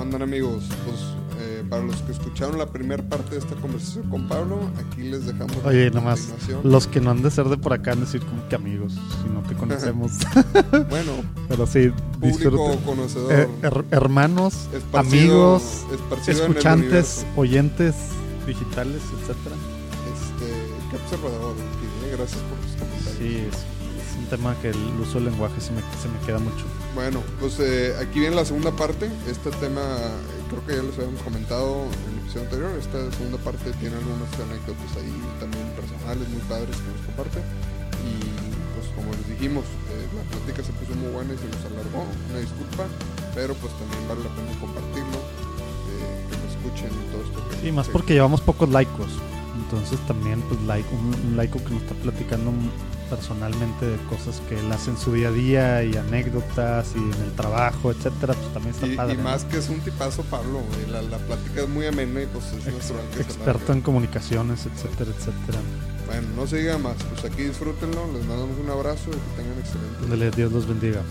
andan, amigos? Pues para los que escucharon la primera parte de esta conversación con Pablo, aquí les dejamos. Oye, nomás, los que no han de ser de por acá han de decir como que amigos, si no te conocemos. Bueno, pero sí, público conocedor, hermanos, amigos, escuchantes, oyentes digitales, etcétera. Qué observador, gracias por tus comentarios. Sí, es un tema que el uso del lenguaje se me queda mucho. Bueno, pues aquí viene la segunda parte. Este tema creo que ya les habíamos comentado en el episodio anterior. Esta segunda parte tiene algunas anécdotas ahí también personales muy padres que nos comparte. Y pues como les dijimos, la plática se puso muy buena y se nos alargó. Una disculpa, pero pues también vale la pena compartirlo, que lo escuchen y todo esto. Sí, más porque llevamos pocos laicos. Entonces también pues un laico que nos está platicando personalmente de cosas que él hace en su día a día y anécdotas y en el trabajo, etcétera, pues también está padre. Y más, ¿no? Que es un tipazo, Pablo, la plática es muy amena y pues es natural que experto en comunicaciones, etcétera, etcétera. Bueno, no se diga más, pues aquí disfrútenlo, les mandamos un abrazo y que tengan excelente. Dios los bendiga.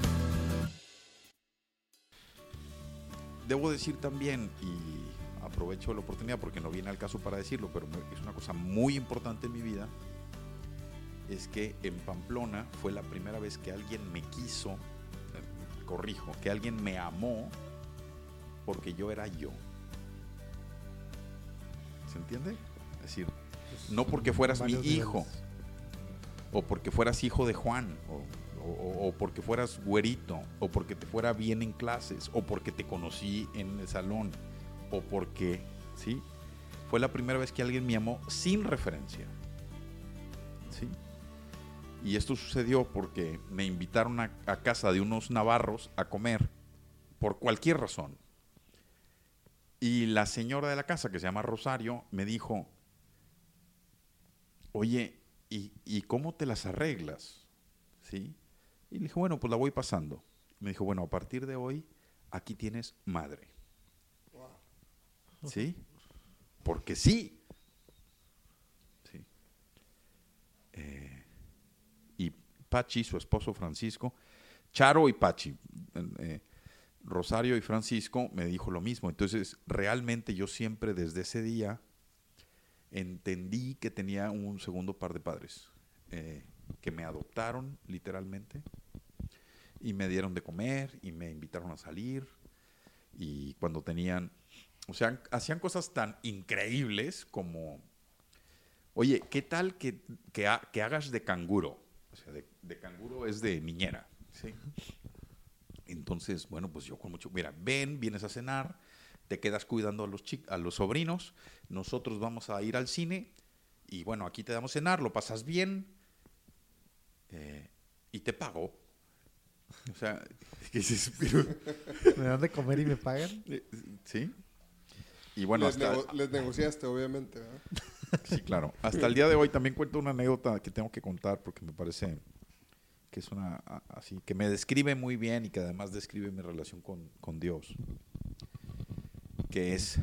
Debo decir también, y aprovecho la oportunidad porque no viene al caso para decirlo, pero es una cosa muy importante en mi vida, es que en Pamplona fue la primera vez que alguien me quiso, que alguien me amó porque yo era yo. ¿Se entiende? Es decir, no porque fueras mi hijo, o porque fueras hijo de Juan, o porque fueras güerito, o porque te fuera bien en clases, o porque te conocí en el salón, o porque, ¿sí? Fue la primera vez que alguien me amó sin referencia, ¿sí? Y esto sucedió porque me invitaron a casa de unos navarros a comer por cualquier razón. Y la señora de la casa, que se llama Rosario, me dijo, oye, ¿y cómo te las arreglas? ¿Sí? Y le dije, bueno, pues la voy pasando. Me dijo, bueno, a partir de hoy, aquí tienes madre. ¿Sí? Porque sí. ¿Sí? Y Pachi, su esposo Francisco, Charo y Pachi, Rosario y Francisco, me dijo lo mismo. Entonces, realmente yo siempre desde ese día entendí que tenía un segundo par de padres, que me adoptaron literalmente y me dieron de comer y me invitaron a salir, y cuando tenían, o sea, hacían cosas tan increíbles como, oye, ¿qué tal que hagas de canguro? O sea, de canguro es de niñera, ¿sí? Entonces, bueno, pues yo con mucho, mira, vienes a cenar, te quedas cuidando a los sobrinos, nosotros vamos a ir al cine y bueno, aquí te damos cenar, lo pasas bien, y te pago. O sea, ¿qué dices? ¿Me dan de comer y me pagan? Sí. Y bueno, les negociaste, obviamente, ¿verdad? Sí, claro. Hasta el día de hoy también cuento una anécdota que tengo que contar porque me parece que es una así, que me describe muy bien y que además describe mi relación con Dios. Que es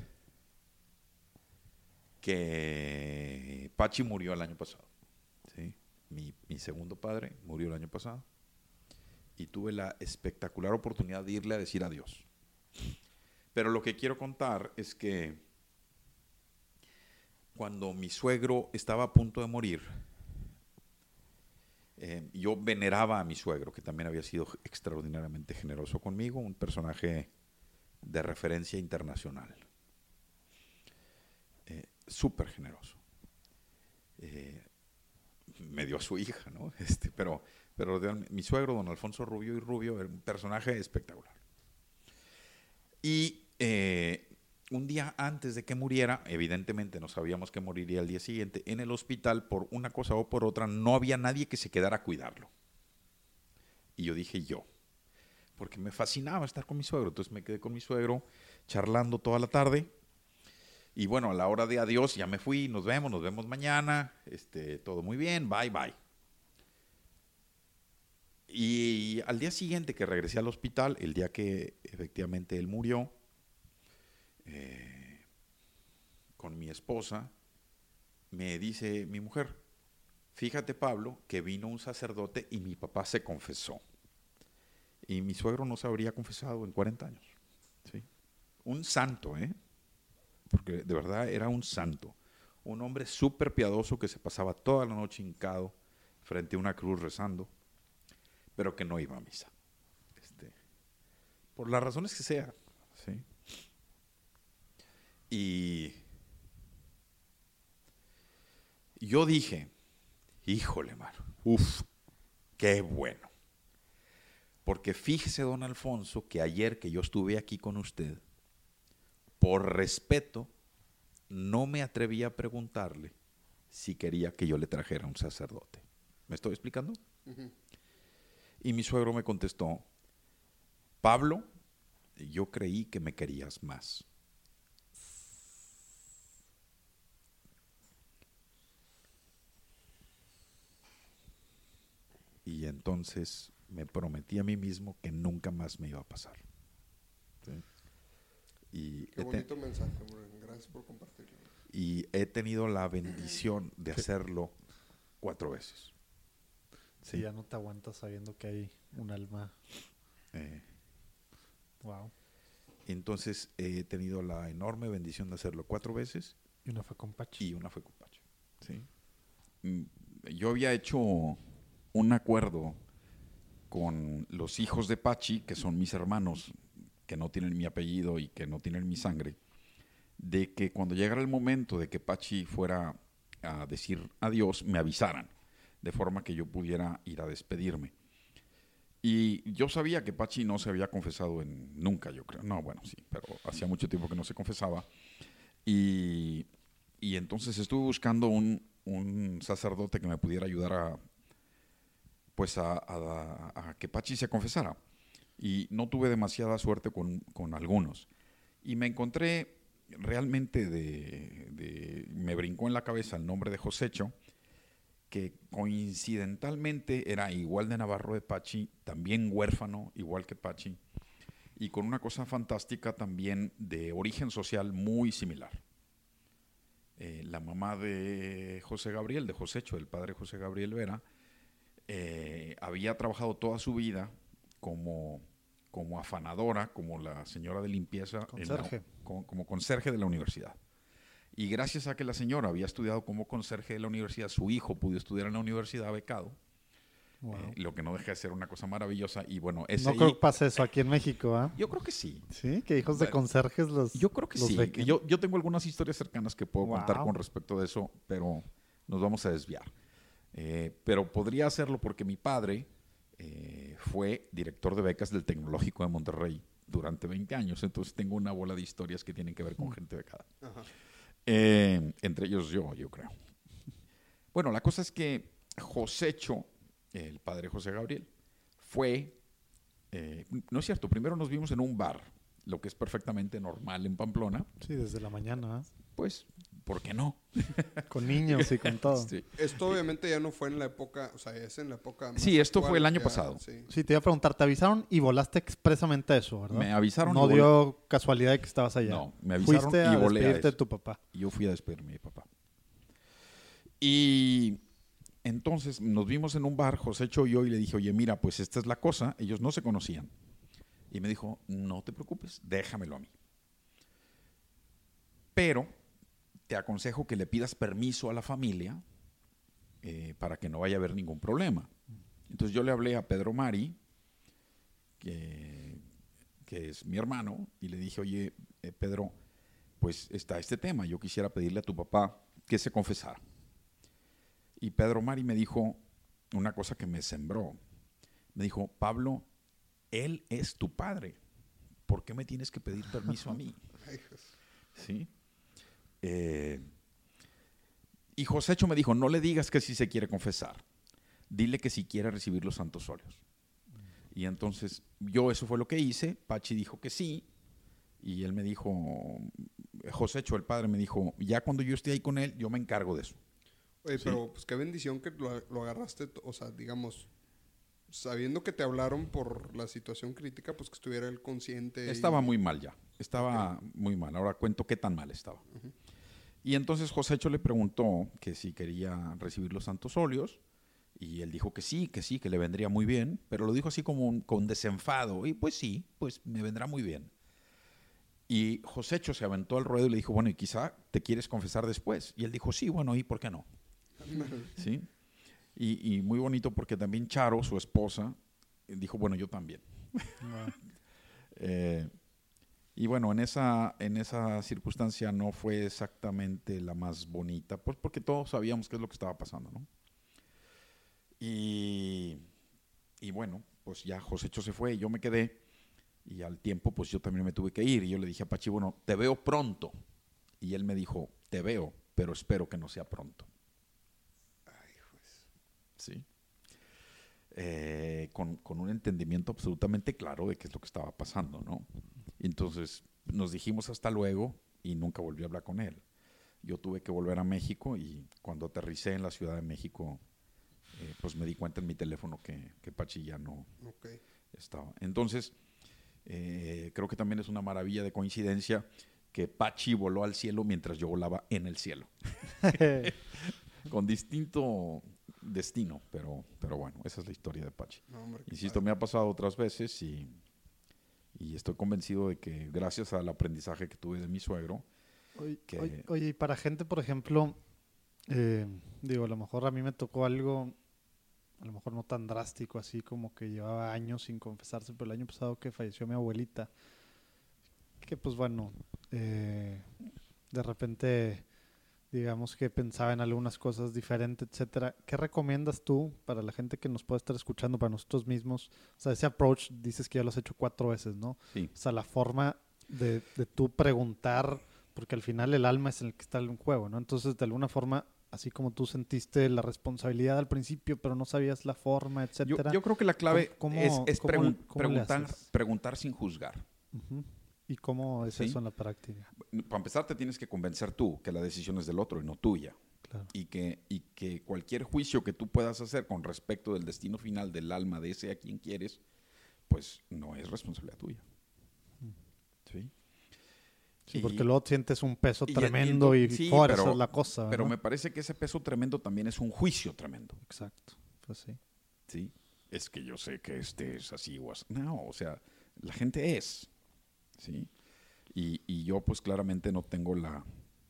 que Pachi murió el año pasado. ¿Sí? Mi segundo padre murió el año pasado. Y tuve la espectacular oportunidad de irle a decir adiós. Pero lo que quiero contar es que cuando mi suegro estaba a punto de morir, yo veneraba a mi suegro, que también había sido extraordinariamente generoso conmigo, un personaje de referencia internacional. Súper generoso. Me dio a su hija, ¿no? Pero mi suegro, don Alfonso Rubio y Rubio, era un personaje espectacular. Y un día antes de que muriera, evidentemente no sabíamos que moriría al día siguiente, en el hospital, por una cosa o por otra, no había nadie que se quedara a cuidarlo. Y yo dije porque me fascinaba estar con mi suegro. Entonces me quedé con mi suegro charlando toda la tarde. Y bueno, a la hora de adiós ya me fui, nos vemos mañana, todo muy bien, bye. Y al día siguiente que regresé al hospital, el día que efectivamente él murió, con mi esposa, me dice mi mujer, fíjate, Pablo, que vino un sacerdote y mi papá se confesó. Y mi suegro no se habría confesado en 40 años. ¿Sí? Un santo, porque de verdad era un santo. Un hombre súper piadoso que se pasaba toda la noche hincado frente a una cruz rezando, pero que no iba a misa. Por las razones que sea, ¿sí? Y yo dije, híjole, mano, qué bueno. Porque fíjese, don Alfonso, que ayer que yo estuve aquí con usted, por respeto, no me atreví a preguntarle si quería que yo le trajera un sacerdote. ¿Me estoy explicando? Uh-huh. Y mi suegro me contestó, Pablo, yo creí que me querías más. Y entonces me prometí a mí mismo que nunca más me iba a pasar. ¿Sí? Y qué bonito mensaje, Morgan. Gracias por compartirlo. Y he tenido la bendición de hacerlo 4 veces. Sí, ya no te aguantas sabiendo que hay un alma. Wow. Entonces he tenido la enorme bendición de hacerlo 4 veces. Y una fue con Pachi. Y una fue con Pachi. ¿Sí? Yo había hecho un acuerdo con los hijos de Pachi, que son mis hermanos, que no tienen mi apellido y que no tienen mi sangre, de que cuando llegara el momento de que Pachi fuera a decir adiós, me avisaran, de forma que yo pudiera ir a despedirme. Y yo sabía que Pachi no se había confesado nunca, yo creo. No, bueno, sí, pero hacía mucho tiempo que no se confesaba. Y entonces estuve buscando un sacerdote que me pudiera ayudar a que Pachi se confesara. Y no tuve demasiada suerte con algunos. Y me encontré realmente me brincó en la cabeza el nombre de Josecho, que coincidentalmente era igual de navarro de Pachi, también huérfano, igual que Pachi, y con una cosa fantástica también de origen social muy similar. La mamá de José Gabriel, de Josecho, el padre José Gabriel Vera, había trabajado toda su vida como afanadora, como la señora de limpieza, como conserje de la universidad. Y gracias a que la señora había estudiado como conserje de la universidad, su hijo pudo estudiar en la universidad becado. Wow. Lo que no deja de ser una cosa maravillosa. Y bueno, no creo que pase eso aquí en México, ¿eh? Yo creo que sí. ¿Sí? ¿Que hijos de conserjes los Yo creo que los sí. bequen? Yo tengo algunas historias cercanas que puedo contar con respecto de eso, pero nos vamos a desviar. Pero podría hacerlo porque mi padre fue director de becas del Tecnológico de Monterrey durante 20 años. Entonces tengo una bola de historias que tienen que ver con gente becada. Ajá. Entre ellos yo creo. Bueno, la cosa es que Josecho, el padre José Gabriel, fue, no es cierto, primero nos vimos en un bar, lo que es perfectamente normal en Pamplona. Sí, desde la mañana. Pues, ¿por qué no? Con niños y con todo. Sí. Esto obviamente ya no fue en la época, o sea, es en la época más sí, esto actual, fue el año pasado. Sí, te iba a preguntar, te avisaron y volaste expresamente a eso, ¿verdad? Me avisaron. No dio casualidad de que estabas allá. No, me avisaron y volé a despedirte a de tu papá. Y yo fui a despedirme de mi papá. Y entonces nos vimos en un bar, Josecho y yo, y le dije, oye, mira, pues esta es la cosa. Ellos no se conocían. Y me dijo, no te preocupes, déjamelo a mí. Pero te aconsejo que le pidas permiso a la familia para que no vaya a haber ningún problema. Entonces yo le hablé a Pedro Mari, que es mi hermano, y le dije, oye, Pedro, pues está este tema, yo quisiera pedirle a tu papá que se confesara. Y Pedro Mari me dijo una cosa que me sembró. Me dijo, Pablo, él es tu padre. ¿Por qué me tienes que pedir permiso a mí? ¿Sí? Y Josecho me dijo, no le digas que sí se quiere confesar. Dile que si quiere recibir los santos óleos. Y entonces eso fue lo que hice. Pachi dijo que sí. Y él me dijo, Josecho, el padre, me dijo, ya cuando yo esté ahí con él, yo me encargo de eso. Oye, ¿sí? Pero pues qué bendición que lo agarraste, o sea, digamos, sabiendo que te hablaron por la situación crítica, pues que estuviera él consciente. Estaba muy mal ya, estaba muy mal. Ahora cuento qué tan mal estaba. Uh-huh. Y entonces Josecho le preguntó que si quería recibir los santos óleos, y él dijo que sí, que le vendría muy bien, pero lo dijo así como con desenfado, y pues sí, pues me vendrá muy bien. Y Josecho se aventó al ruedo y le dijo, bueno, y quizá te quieres confesar después. Y él dijo, sí, bueno, ¿y por qué no? ¿Sí? Y muy bonito porque también Charo, su esposa, dijo, bueno, yo también. Wow. Y bueno, en esa circunstancia no fue exactamente la más bonita, pues porque todos sabíamos qué es lo que estaba pasando, ¿no? Y bueno, pues ya Josecho se fue y yo me quedé. Y al tiempo, pues yo también me tuve que ir. Y yo le dije a Pachi, bueno, te veo pronto. Y él me dijo, te veo, pero espero que no sea pronto. Ay, pues. ¿Sí? Con un entendimiento absolutamente claro de qué es lo que estaba pasando, ¿no? Entonces nos dijimos hasta luego y nunca volví a hablar con él. Yo tuve que volver a México y cuando aterricé en la Ciudad de México, pues me di cuenta en mi teléfono que Pachi ya no estaba. Entonces, creo que también es una maravilla de coincidencia que Pachi voló al cielo mientras yo volaba en el cielo. Con distinto destino, pero bueno, esa es la historia de Pachi. No, hombre, Insisto, me ha pasado otras veces y estoy convencido de que gracias al aprendizaje que tuve de mi suegro, Oye, y para gente, por ejemplo, digo, a lo mejor a mí me tocó algo, a lo mejor no tan drástico, así como que llevaba años sin confesarse, pero el año pasado que falleció mi abuelita, que pues bueno, de repente, digamos que pensaba en algunas cosas diferentes, etcétera. ¿Qué recomiendas tú para la gente que nos puede estar escuchando, para nosotros mismos? O sea, ese approach dices que ya lo has hecho 4 veces, ¿no? sí. O sea, la forma de tú preguntar, porque al final el alma es en el que está en juego, ¿no? Entonces, de alguna forma, así como tú sentiste la responsabilidad al principio, pero no sabías la forma, etcétera. Yo creo que la clave es ¿cómo le haces? preguntar sin juzgar. Uh-huh. ¿Y cómo es ¿Sí? eso en la práctica? Para empezar, te tienes que convencer tú que la decisión es del otro y no tuya. Claro. Y que cualquier juicio que tú puedas hacer con respecto del destino final del alma de ese a quien quieres, pues no es responsabilidad tuya. ¿Sí? Sí, porque luego sientes un peso tremendo sí, fuera, esa es la cosa. Pero ¿no? me parece que ese peso tremendo también es un juicio tremendo. Exacto, pues sí. ¿Sí? Es que yo sé que este es así o así. No, o sea, la gente es. ¿Sí? Y yo pues claramente no tengo la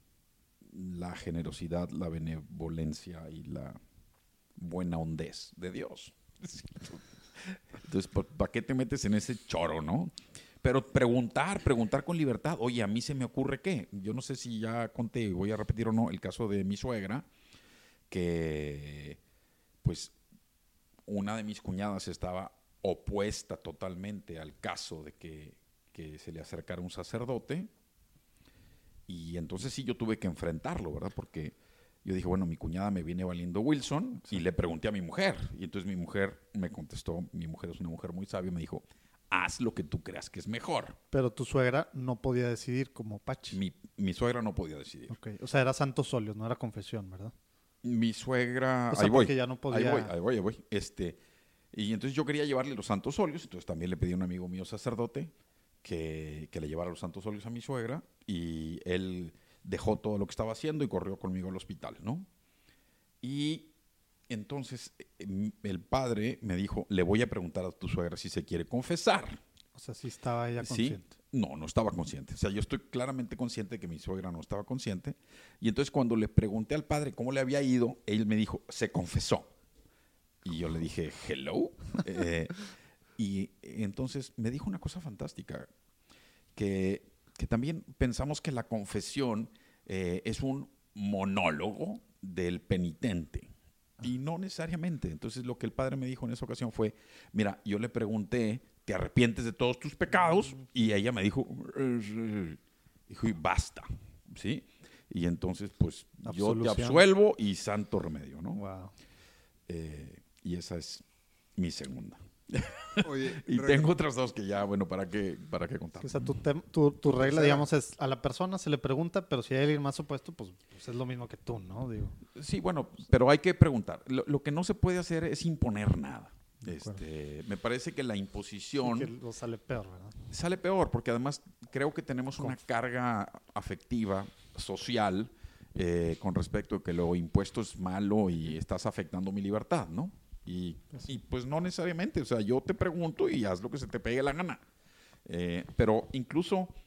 generosidad, la benevolencia y la buena hondez de Dios. Entonces, ¿para qué te metes en ese choro, no? Pero preguntar con libertad. Oye, a mí se me ocurre qué. Yo no sé si ya conté, voy a repetir o no, el caso de mi suegra, que pues una de mis cuñadas estaba opuesta totalmente al caso de que se le acercara un sacerdote. Y entonces sí yo tuve que enfrentarlo, ¿verdad? Porque yo dije, bueno, mi cuñada me viene valiendo Wilson, sí. Y le pregunté a mi mujer. Y entonces mi mujer me contestó, mi mujer es una mujer muy sabia, me dijo, haz lo que tú creas que es mejor. Pero tu suegra no podía decidir como Pachi. Mi suegra no podía decidir. Okay. O sea, era santos óleos, no era confesión, ¿verdad? Mi suegra... O sea, ahí voy, ya no podía... Ahí voy. Y entonces yo quería llevarle los santos óleos, entonces también le pedí a un amigo mío sacerdote que le llevara los santos óleos a mi suegra, y él dejó todo lo que estaba haciendo y corrió conmigo al hospital, ¿no? Y entonces el padre me dijo, le voy a preguntar a tu suegra si se quiere confesar. O sea, sí estaba ella consciente. ¿Sí? No estaba consciente. O sea, yo estoy claramente consciente de que mi suegra no estaba consciente. Y entonces cuando le pregunté al padre cómo le había ido, él me dijo, se confesó. Y yo le dije, hello. Y entonces me dijo una cosa fantástica, que también pensamos que la confesión es un monólogo del penitente. Y no necesariamente. Entonces lo que el padre me dijo en esa ocasión fue, mira, yo le pregunté, ¿te arrepientes de todos tus pecados? Y ella me dijo, y basta, ¿sí? Y entonces, pues, yo te absuelvo y santo remedio, ¿no? Wow. Y esa es mi segunda. Oye, y tengo otras dos que ya, bueno, ¿para qué contar? O sea, tu regla, digamos, es a la persona se le pregunta, pero si hay alguien más opuesto, pues es lo mismo que tú, ¿no? Digo. Sí, bueno, pero hay que preguntar. Lo que no se puede hacer es imponer nada. Me parece que la imposición... Que sale peor, ¿verdad? Sale peor, porque además creo que tenemos una carga afectiva, social, con respecto a que lo impuesto es malo y estás afectando mi libertad, ¿no? Y pues no necesariamente, o sea, yo te pregunto y haz lo que se te pegue la gana. Pero incluso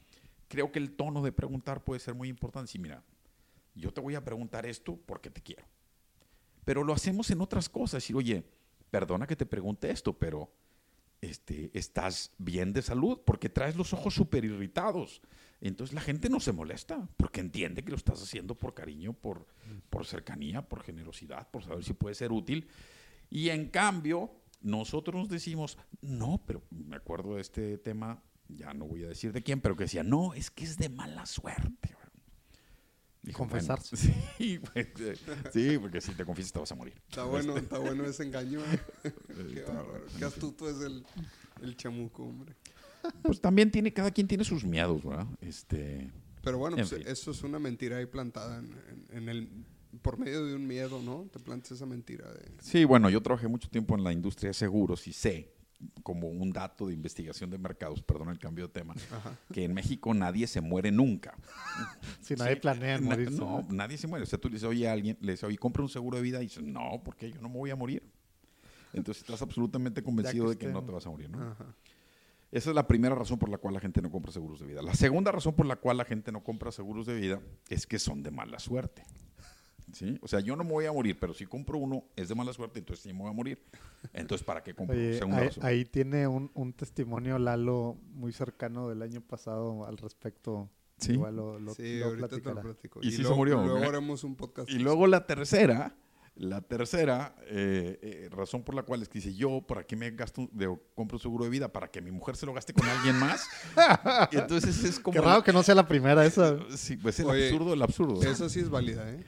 creo que el tono de preguntar puede ser muy importante. Sí, mira, yo te voy a preguntar esto porque te quiero. Pero lo hacemos en otras cosas. Decir, oye, perdona que te pregunte esto, pero ¿estás bien de salud? Porque traes los ojos súper irritados. Entonces la gente no se molesta porque entiende que lo estás haciendo por cariño, por cercanía, por generosidad, por saber si puede ser útil. Y en cambio, nosotros nos decimos, no, pero me acuerdo de este tema, ya no voy a decir de quién, pero que decía, no, es que es de mala suerte. Dijo, confesarse. Bueno, sí, porque si te confiesas te vas a morir. Está bueno ese engaño. Qué bárbaro. Qué astuto es el chamuco, hombre. Pues también cada quien tiene sus miedos, ¿verdad? Pero bueno, pues fin. eso es una mentira ahí plantada por medio de un miedo, ¿no? Te plantas esa mentira de... Sí, bueno, yo trabajé mucho tiempo en la industria de seguros y sé, como un dato de investigación de mercados, perdón el cambio de tema, que en México nadie se muere nunca. Si nadie planea morirse. No, nadie se muere. O sea, tú le dices, oye, a alguien, le dices, oye, compra un seguro de vida, y dices, no, porque yo no me voy a morir. Entonces estás absolutamente convencido de que no te vas a morir, ¿no? Ajá. Esa es la primera razón por la cual la gente no compra seguros de vida. La segunda razón por la cual la gente no compra seguros de vida es que son de mala suerte. ¿Sí? O sea, yo no me voy a morir, pero si compro uno es de mala suerte, entonces sí me voy a morir. Entonces, ¿para qué compro? Oye, Segunda razón. ahí tiene un testimonio Lalo muy cercano del año pasado al respecto. Sí. Igual lo Sí, ahorita te lo platicará. platico. Y sí se luego, murió, Luego ¿eh? haremos un podcast. Y luego la tercera razón por la cual es que dice, yo, ¿para qué me compro un seguro de vida? ¿Para que mi mujer se lo gaste con alguien más? Y entonces es como... Qué raro que no sea la primera esa. Sí, pues el Oye, absurdo del absurdo. Esa sí es válida, ¿eh?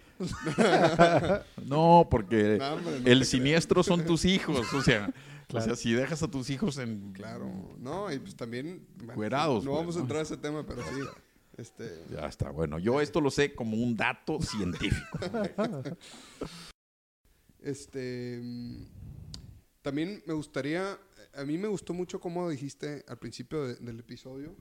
No, porque No, hombre, no el te siniestro son tus hijos. O sea, Claro. si dejas a tus hijos en... Claro. No, y pues también... bueno, Cuerados, no pues, vamos a ¿no? entrar a ese tema, pero sí. Ya está, bueno. Yo esto lo sé como un dato científico. También me gustaría... A mí me gustó mucho cómo dijiste al principio del episodio.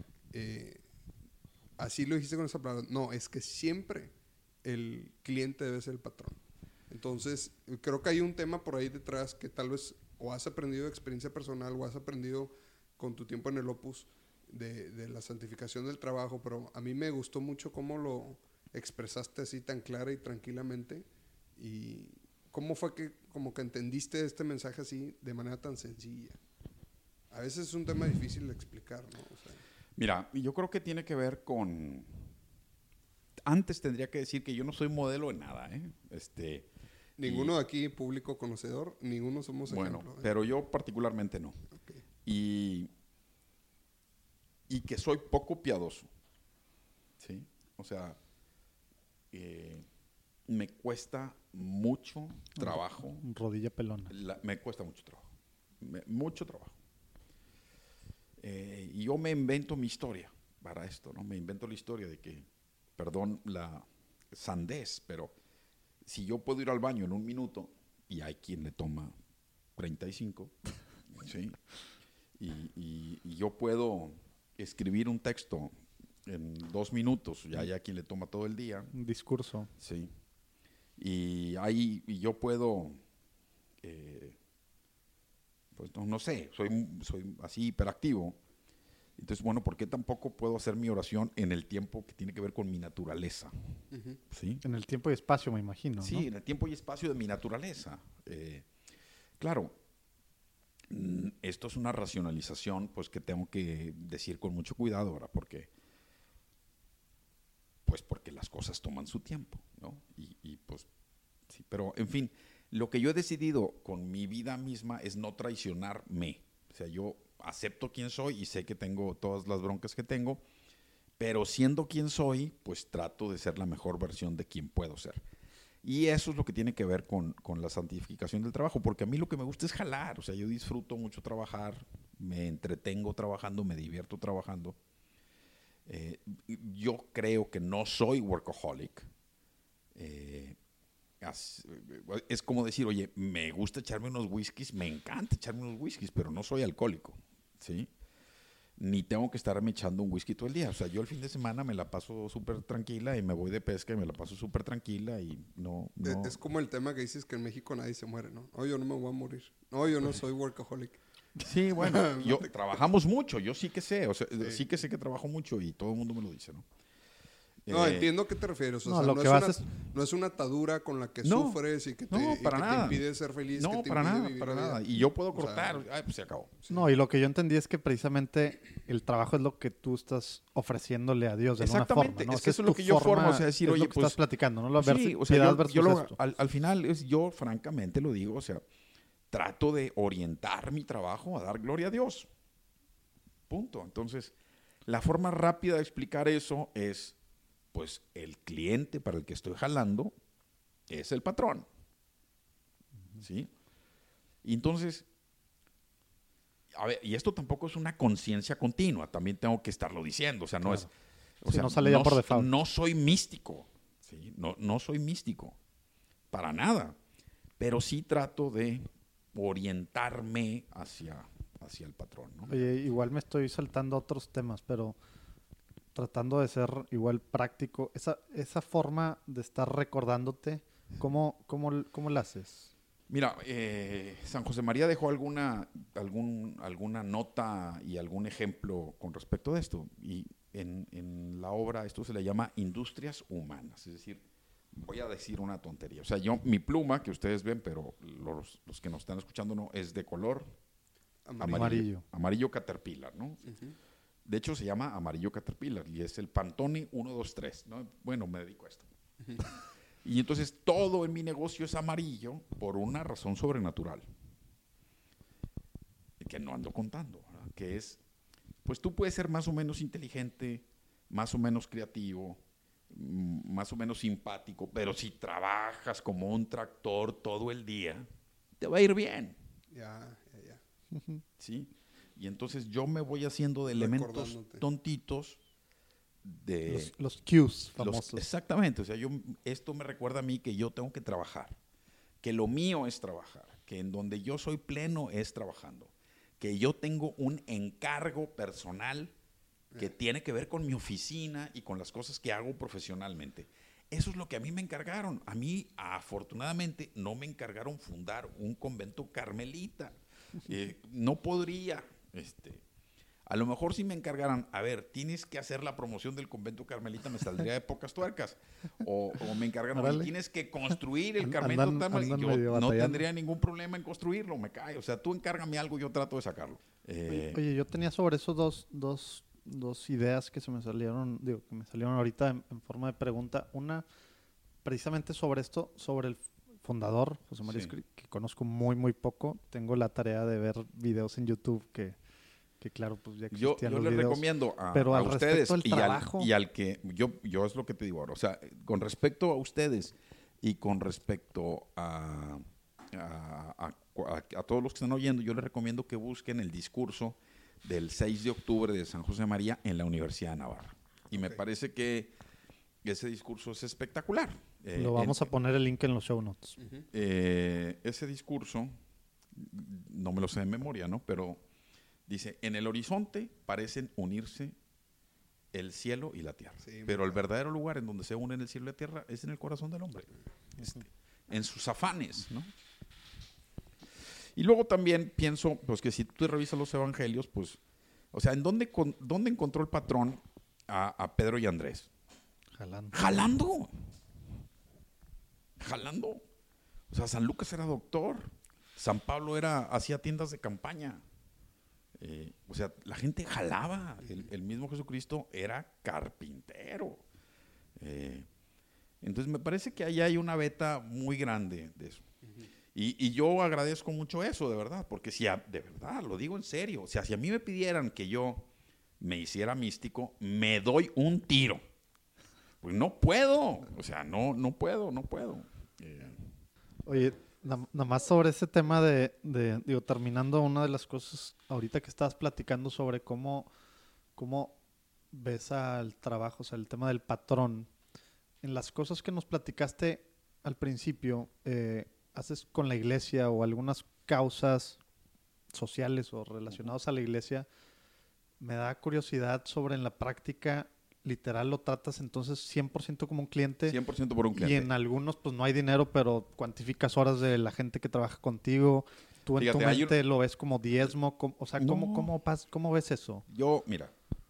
Así lo dijiste con esa palabra. No, es que siempre el cliente debe ser el patrón. Entonces, creo que hay un tema por ahí detrás que tal vez o has aprendido de experiencia personal o has aprendido con tu tiempo en el Opus de la santificación del trabajo, pero a mí me gustó mucho cómo lo expresaste así tan clara y tranquilamente. Y cómo fue que como que entendiste este mensaje así de manera tan sencilla. A veces es un tema difícil de explicar, ¿no? O sea, Mira, yo creo que tiene que ver con... Antes tendría que decir que yo no soy modelo de nada, ¿eh? ninguno de aquí público conocedor, ninguno somos Bueno, ejemplo. pero yo particularmente no. Okay. Y que soy poco piadoso, ¿sí? O sea, me cuesta mucho trabajo. Rodilla pelona. Me cuesta mucho trabajo. Mucho trabajo. Y yo me invento mi historia para esto, ¿no? Me invento la historia de que, perdón la sandez, pero si yo puedo ir al baño en 1 minuto y hay quien le toma 35, ¿sí? Y yo puedo escribir un texto en 2 minutos, ya hay quien le toma todo el día. Un discurso. Sí. Y yo puedo, pues no sé, soy así hiperactivo. Entonces, bueno, ¿por qué tampoco puedo hacer mi oración en el tiempo que tiene que ver con mi naturaleza? Uh-huh. ¿Sí? En el tiempo y espacio, me imagino, Sí, ¿no? en el tiempo y espacio de mi naturaleza. Claro, esto es una racionalización pues que tengo que decir con mucho cuidado ahora, porque las cosas toman su tiempo, ¿no? Y pues, sí, pero en fin, lo que yo he decidido con mi vida misma es no traicionarme. O sea, yo acepto quién soy y sé que tengo todas las broncas que tengo, pero siendo quien soy, pues trato de ser la mejor versión de quien puedo ser. Y eso es lo que tiene que ver con la santificación del trabajo, porque a mí lo que me gusta es jalar. O sea, yo disfruto mucho trabajar, me entretengo trabajando, me divierto trabajando. Yo creo que no soy workaholic. Es como decir, oye, me gusta echarme unos whiskies, me encanta echarme unos whiskies, pero no soy alcohólico, ¿sí? Ni tengo que estarme echando un whisky todo el día. O sea, yo el fin de semana me la paso súper tranquila y me voy de pesca y me la paso súper tranquila y no... Es como el tema que dices que en México nadie se muere, ¿no? No, yo no me voy a morir. No, yo no soy workaholic. Sí, bueno, trabajamos mucho, yo sí que sé, o sea, sí que sé que trabajo mucho y todo el mundo me lo dice, ¿no? No, entiendo a qué te refieres. O no, sea, lo no, que es vas una, es- no es una atadura con la que No, sufres y que te, no, y para que te nada. impide ser feliz. que No, te para impide nada, vivir para la vida. nada. Y yo puedo O sea, cortar, pues se acabó. No, y lo que yo entendí es que precisamente el trabajo es lo que tú estás ofreciéndole a Dios de alguna forma, Exactamente, ¿no? es que Esa eso es lo tu que yo formo, forma, o sea, decir, es oye, lo que pues... estás platicando, ¿no? La Sí, o sea, piedad yo versus esto. al final, yo francamente lo digo, o sea, trato de orientar mi trabajo a dar gloria a Dios. Punto. Entonces, la forma rápida de explicar eso es, pues, el cliente para el que estoy jalando es el patrón. ¿Sí? Y entonces, a ver, y esto tampoco es una conciencia continua, también tengo que estarlo diciendo, o sea, no Claro. es... O Sí, sea, no sale ya por default. no soy místico, ¿sí? No soy místico, para nada, pero sí trato de orientarme hacia el patrón, ¿no? Oye, igual me estoy saltando a otros temas, pero tratando de ser igual práctico, esa forma de estar recordándote, ¿cómo la haces? Mira, San José María dejó alguna nota y algún ejemplo con respecto a esto. Y en la obra esto se le llama Industrias Humanas. Es decir, voy a decir una tontería. O sea, mi pluma, que ustedes ven, pero los que nos están escuchando no, es de color Amarillo. amarillo Caterpillar, ¿no? De hecho, se llama amarillo Caterpillar y es el Pantone 123, ¿no? Bueno, me dedico a esto. Y entonces todo en mi negocio es amarillo por una razón sobrenatural que no ando contando, ¿verdad? Que es, pues tú puedes ser más o menos inteligente, más o menos creativo, más o menos simpático, pero si trabajas como un tractor todo el día, te va a ir bien, Ya. ¿sí? Y entonces yo me voy haciendo de elementos Recordándote. tontitos de... Los cues famosos. Exactamente, o sea, esto me recuerda a mí que yo tengo que trabajar, que lo mío es trabajar, que en donde yo soy pleno es trabajando, que yo tengo un encargo personal que tiene que ver con mi oficina y con las cosas que hago profesionalmente. Eso es lo que a mí me encargaron. A mí, afortunadamente, no me encargaron fundar un convento carmelita. No podría, a lo mejor si me encargaran, a ver, tienes que hacer la promoción del convento carmelita, me saldría de pocas tuercas. O me encargaran, oye, tienes que construir el convento carmelita. Yo no tendría ningún problema en construirlo, me cae. O sea, tú encárgame algo, yo trato de sacarlo. Oye, yo tenía sobre eso dos ideas que me salieron ahorita en forma de pregunta. Una, precisamente sobre esto, sobre el fundador, José María Escrit, que conozco muy, muy poco. Tengo la tarea de ver videos en YouTube que claro, pues ya existían los videos. Yo les recomiendo pero a ustedes y al que, yo es lo que te digo ahora, o sea, con respecto a ustedes y con respecto a todos los que están oyendo, yo les recomiendo que busquen el discurso del 6 de octubre de San José María en la Universidad de Navarra. Y me parece que ese discurso es espectacular. Lo vamos a poner el link en los show notes. Ese discurso, no me lo sé de memoria, ¿no? Pero dice, en el horizonte parecen unirse el cielo y la tierra. Sí, pero el verdadero lugar en donde se unen el cielo y la tierra es en el corazón del hombre. En sus afanes, ¿no? Y luego también pienso, pues que si tú revisas los evangelios, pues, o sea, ¿en dónde encontró el patrón a Pedro y Andrés? Jalando. O sea, San Lucas era doctor, San Pablo hacía tiendas de campaña. O sea, la gente jalaba. El mismo Jesucristo era carpintero. Entonces me parece que ahí hay una beta muy grande de eso. Y yo agradezco mucho eso, de verdad, porque de verdad, lo digo en serio, o sea, si a mí me pidieran que yo me hiciera místico, me doy un tiro. Pues no puedo, o sea, no puedo. Oye, nada más sobre ese tema digo, terminando, una de las cosas ahorita que estabas platicando sobre cómo ves al trabajo, o sea, el tema del patrón. En las cosas que nos platicaste al principio, haces con la iglesia o algunas causas sociales o relacionadas a la iglesia, me da curiosidad sobre en la práctica, literal lo tratas entonces 100% como un cliente. 100% por un cliente. Y en algunos pues no hay dinero, pero cuantificas horas de la gente que trabaja contigo. ¿Tú en Fíjate, tu mente lo ves como diezmo? O sea, No. ¿cómo ves eso? Mira,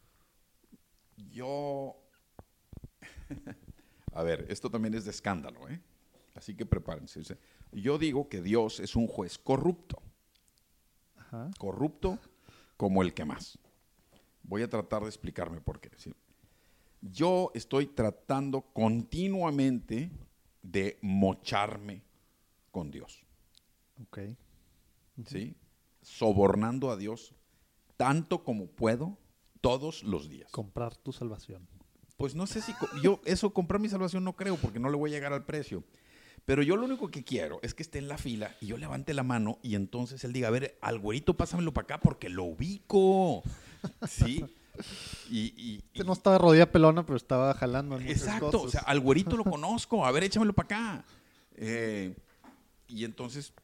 a ver, esto también es de escándalo, ¿eh? Así que prepárense. O sea, yo digo que Dios es un juez corrupto. Ajá. Corrupto como el que más. Voy a tratar de explicarme por qué. ¿Sí? Yo estoy tratando continuamente de mocharme con Dios. Ok. ¿Sí? Sobornando a Dios tanto como puedo todos los días. Comprar tu salvación. Pues no sé si yo eso comprar mi salvación no creo porque no le voy a llegar al precio. Pero yo lo único que quiero es que esté en la fila y yo levante la mano y entonces él diga, a ver, al güerito pásamelo para acá porque lo ubico. ¿Sí? No estaba rodilla pelona, pero estaba jalando en muchas exacto, cosas. o sea, al güerito lo conozco, a ver, échamelo para acá. Y entonces,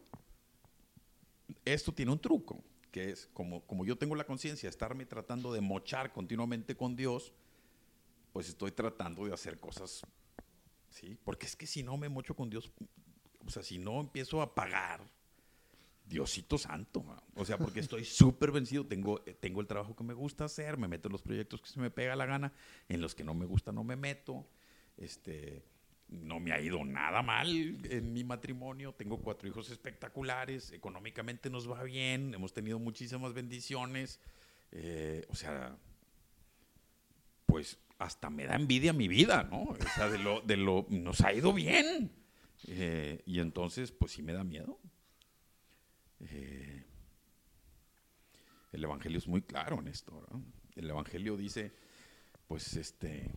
esto tiene un truco, que es, como yo tengo la conciencia de estarme tratando de mochar continuamente con Dios, pues estoy tratando de hacer cosas, ¿sí? Porque es que si no me mocho con Dios, o sea, si no empiezo a pagar, Diosito santo, man. O sea, porque estoy súper vencido, tengo el trabajo que me gusta hacer, me meto en los proyectos que se me pega la gana, en los que no me gusta no me meto, no me ha ido nada mal en mi matrimonio, tengo 4 hijos espectaculares, económicamente nos va bien, hemos tenido muchísimas bendiciones, o sea, pues hasta me da envidia mi vida, ¿no? O sea, nos ha ido bien. Y entonces, pues sí me da miedo. El Evangelio es muy claro en esto, ¿no? El Evangelio dice, pues,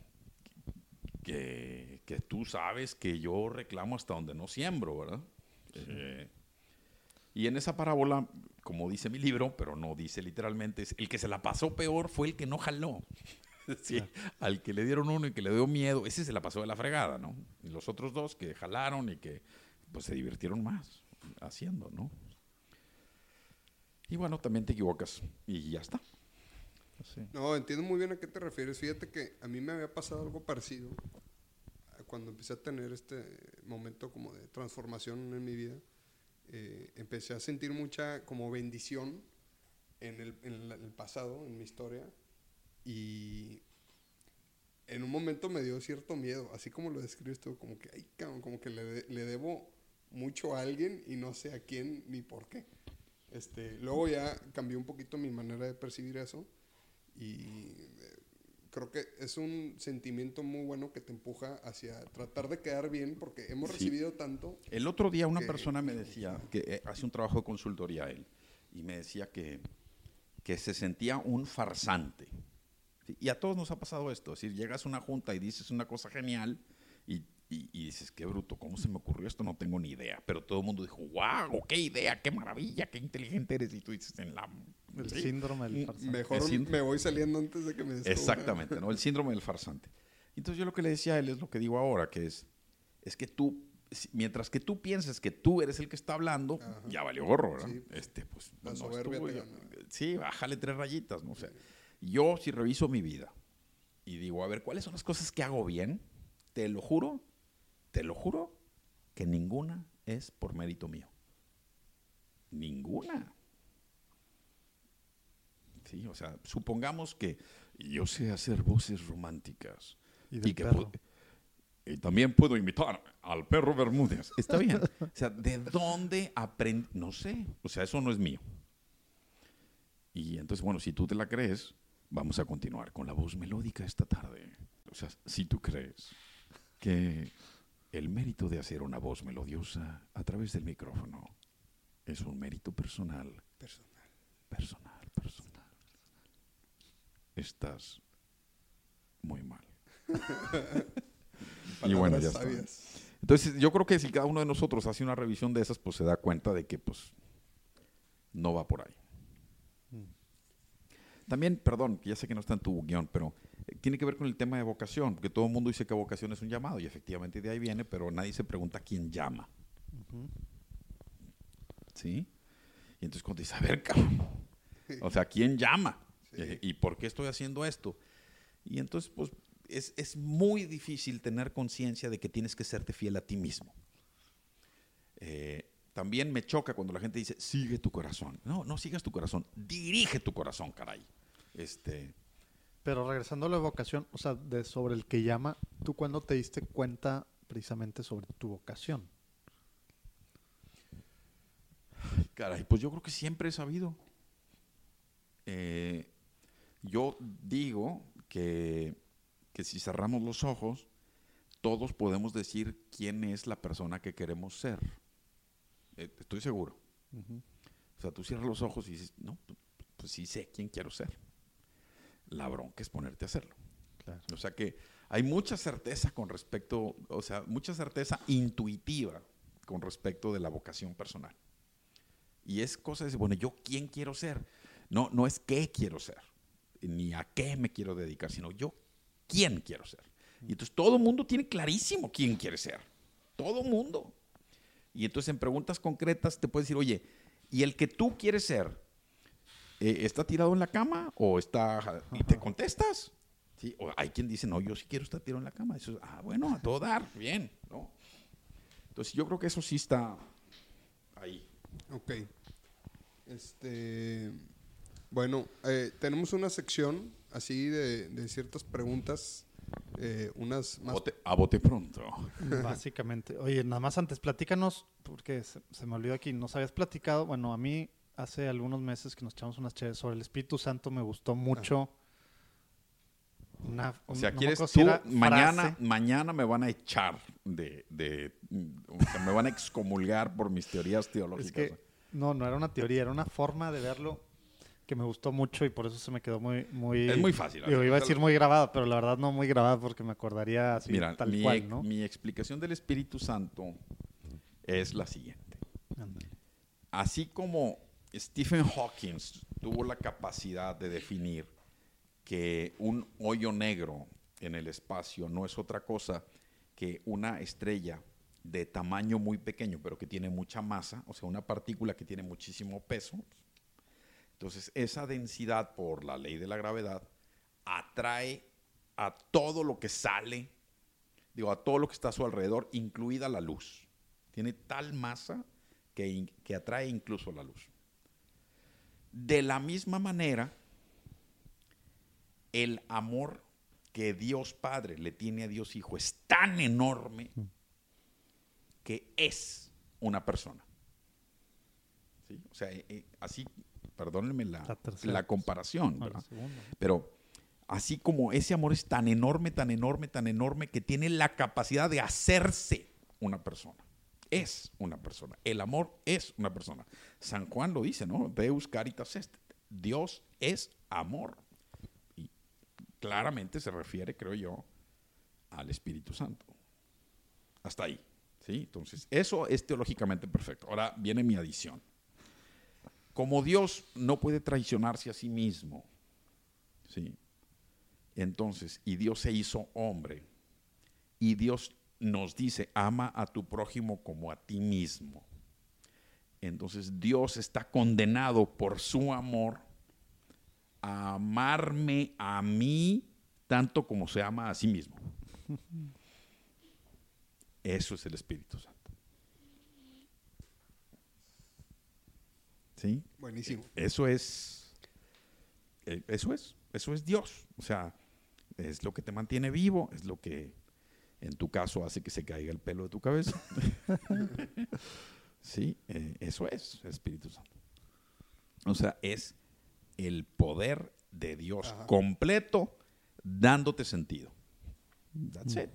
que tú sabes que yo reclamo hasta donde no siembro, ¿verdad? Sí. Y en esa parábola, como dice mi libro, pero no dice literalmente, el que se la pasó peor fue el que no jaló. Sí, al que le dieron uno y que le dio miedo, ese se la pasó de la fregada, ¿no? Y los otros 2 que jalaron y que pues se divirtieron más haciendo, ¿no? Y bueno, también te equivocas y ya está. Sí. No, entiendo muy bien a qué te refieres. Fíjate que a mí me había pasado algo parecido cuando empecé a tener este momento como de transformación en mi vida. Empecé a sentir mucha como bendición en el pasado, en mi historia, y en un momento me dio cierto miedo, así como lo describes tú, como que, ay, cabrón, como que le debo mucho a alguien y no sé a quién ni por qué. Luego ya cambié un poquito mi manera de percibir eso y creo que es un sentimiento muy bueno que te empuja hacia tratar de quedar bien porque hemos recibido tanto. El otro día una persona me decía que hace un trabajo de consultoría él y me decía que se sentía un farsante. ¿Sí? Y a todos nos ha pasado esto, es decir, llegas a una junta y dices una cosa genial y dices, qué bruto, ¿cómo se me ocurrió esto? No tengo ni idea. Pero todo el mundo dijo, wow, qué idea, qué maravilla, qué inteligente eres. Y tú dices, el síndrome del farsante. Mejor me voy saliendo antes de que me descubra. Exactamente, ¿no? El síndrome del farsante. Entonces yo lo que le decía a él es lo que digo ahora, que es que tú, mientras que tú pienses que tú eres el que está hablando, ajá, ya valió gorro, ¿verdad? Sí, pues la soberbia sí, bájale 3 rayitas, ¿no? O sea, yo si reviso mi vida y digo, a ver, ¿cuáles son las cosas que hago bien? Te lo juro que ninguna es por mérito mío. Ninguna. Sí, o sea, supongamos que yo sé hacer voces románticas y que y también puedo imitar al perro Bermúdez. Está bien. O sea, ¿de dónde aprendí? No sé. O sea, eso no es mío. Y entonces, bueno, si tú te la crees, vamos a continuar con la voz melódica esta tarde. O sea, si tú crees que el mérito de hacer una voz melodiosa a través del micrófono es un mérito personal. Estás muy mal. Y bueno, ya está. Entonces, yo creo que si cada uno de nosotros hace una revisión de esas, pues se da cuenta de que pues no va por ahí. También, perdón, ya sé que no está en tu guión, pero tiene que ver con el tema de vocación, porque todo el mundo dice que vocación es un llamado, y efectivamente de ahí viene, pero nadie se pregunta quién llama. ¿Sí? Y entonces cuando dices, a ver, cabrón, o sea, ¿quién llama? Sí. ¿Y por qué estoy haciendo esto? Y entonces, pues, es muy difícil tener conciencia de que tienes que serte fiel a ti mismo. también me choca cuando la gente dice, sigue tu corazón. No, no sigas tu corazón, dirige tu corazón, caray. Pero regresando a la vocación, o sea, sobre el que llama, ¿tú cuándo te diste cuenta precisamente sobre tu vocación? Caray, pues yo creo que siempre he sabido. Yo digo que si cerramos los ojos, todos podemos decir quién es la persona que queremos ser. Estoy seguro. Uh-huh. O sea, tú cierras los ojos y dices, no, pues sí sé quién quiero ser. La bronca es ponerte a hacerlo. Claro. O sea que hay mucha certeza con respecto, o sea, mucha certeza intuitiva con respecto de la vocación personal. Y es cosa de decir, bueno, ¿yo quién quiero ser? No es qué quiero ser, ni a qué me quiero dedicar, sino yo quién quiero ser. Y entonces todo el mundo tiene clarísimo quién quiere ser. Todo el mundo. Y entonces en preguntas concretas te puedes decir, oye, ¿y el que tú quieres ser está tirado en la cama o está...? Y te contestas. ¿Sí? O hay quien dice, no, yo sí quiero estar tirado en la cama. Eso, bueno, a todo dar, bien, ¿no? Entonces yo creo que eso sí está ahí. Ok. Bueno, tenemos una sección así de ciertas preguntas, unas más... A bote pronto. Básicamente. Oye, nada más antes, platícanos, porque se me olvidó aquí, nos habías platicado, bueno, a mí hace algunos meses que nos echamos unas chéves sobre el Espíritu Santo, me gustó mucho. O sea, no ¿quieres me acuerdo tú? si era Mañana me van a echar o sea, me van a excomulgar por mis teorías teológicas. Es que, no era una teoría, era una forma de verlo que me gustó mucho y por eso se me quedó muy... Es muy fácil. Digo, iba a decir muy grabada, pero la verdad no muy grabada porque me acordaría así. Mira, tal cual, ¿no? Mi explicación del Espíritu Santo es la siguiente. Ándale. Así como Stephen Hawking tuvo la capacidad de definir que un hoyo negro en el espacio no es otra cosa que una estrella de tamaño muy pequeño, pero que tiene mucha masa, o sea, una partícula que tiene muchísimo peso. Entonces, esa densidad, por la ley de la gravedad, atrae a todo lo que sale, a todo lo que está a su alrededor, incluida la luz. Tiene tal masa que atrae incluso la luz. De la misma manera, el amor que Dios Padre le tiene a Dios Hijo es tan enorme que es una persona. ¿Sí? O sea, así, perdónenme la comparación, ¿verdad? Pero así como ese amor es tan enorme, tan enorme, tan enorme, que tiene la capacidad de hacerse una persona. Es una persona. El amor es una persona. San Juan lo dice, ¿no? Deus caritas est. Dios es amor. Y claramente se refiere, creo yo, al Espíritu Santo. Hasta ahí. ¿Sí? Entonces, eso es teológicamente perfecto. Ahora viene mi adición. Como Dios no puede traicionarse a sí mismo, ¿sí? Entonces, y Dios se hizo hombre, y Dios nos dice, ama a tu prójimo como a ti mismo. Entonces, Dios está condenado por su amor a amarme a mí tanto como se ama a sí mismo. Eso es el Espíritu Santo. ¿Sí? Buenísimo. Eso es Dios. O sea, es lo que te mantiene vivo, es lo que en tu caso hace que se caiga el pelo de tu cabeza. Sí, eso es el Espíritu Santo. O sea, es el poder de Dios completo dándote sentido. That's it.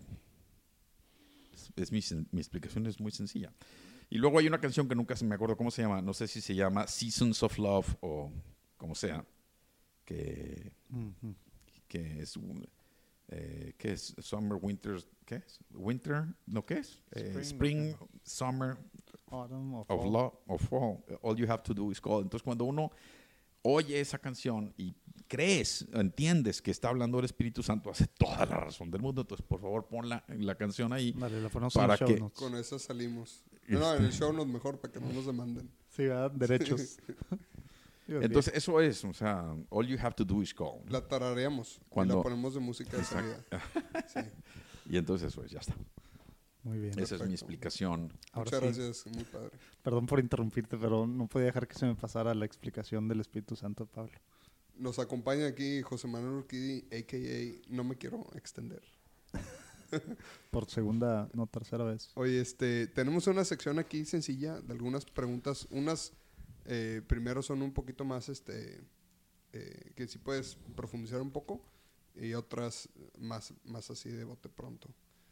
Mi explicación es muy sencilla. Y luego hay una canción que nunca se me acuerdo cómo se llama, no sé si se llama Seasons of Love o como sea, que es ¿qué es? Summer, Winter, ¿qué es? Winter, ¿no qué es? Spring, Summer, Autumn of Love, of Fall. All you have to do is call. Entonces cuando uno oye esa canción y entiendes que está hablando del Espíritu Santo, hace toda la razón del mundo. Entonces, por favor, pon la canción ahí. Vale, la ponemos para en el que show notes. Con eso salimos. No, en el show notes mejor para que no nos demanden. Sí, ¿verdad? Derechos. Entonces, eso es, o sea, all you have to do is call. La tarareamos. Cuando y la ponemos de música de salida. Sí. Y entonces eso es, ya está. Muy bien. Esa es mi Perfecto. explicación. Ahora Muchas sí. gracias, muy padre. Perdón por interrumpirte, pero no podía dejar que se me pasara la explicación del Espíritu Santo de Pablo. Nos acompaña aquí José Manuel Urquidi, a.k.a. No me quiero extender. Por segunda, no, tercera vez. Oye, tenemos una sección aquí sencilla de algunas preguntas. Unas, primero son un poquito más, que sí puedes profundizar un poco, y otras más así de bote pronto.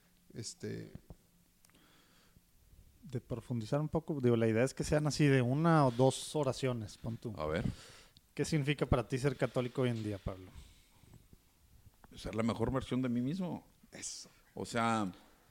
De profundizar un poco, digo, la idea es que sean así de 1 o 2 oraciones, pon tú. A ver, ¿Qué significa para ti ser católico hoy en día, Pablo? ser la mejor versión de mí mismo. Eso. O sea,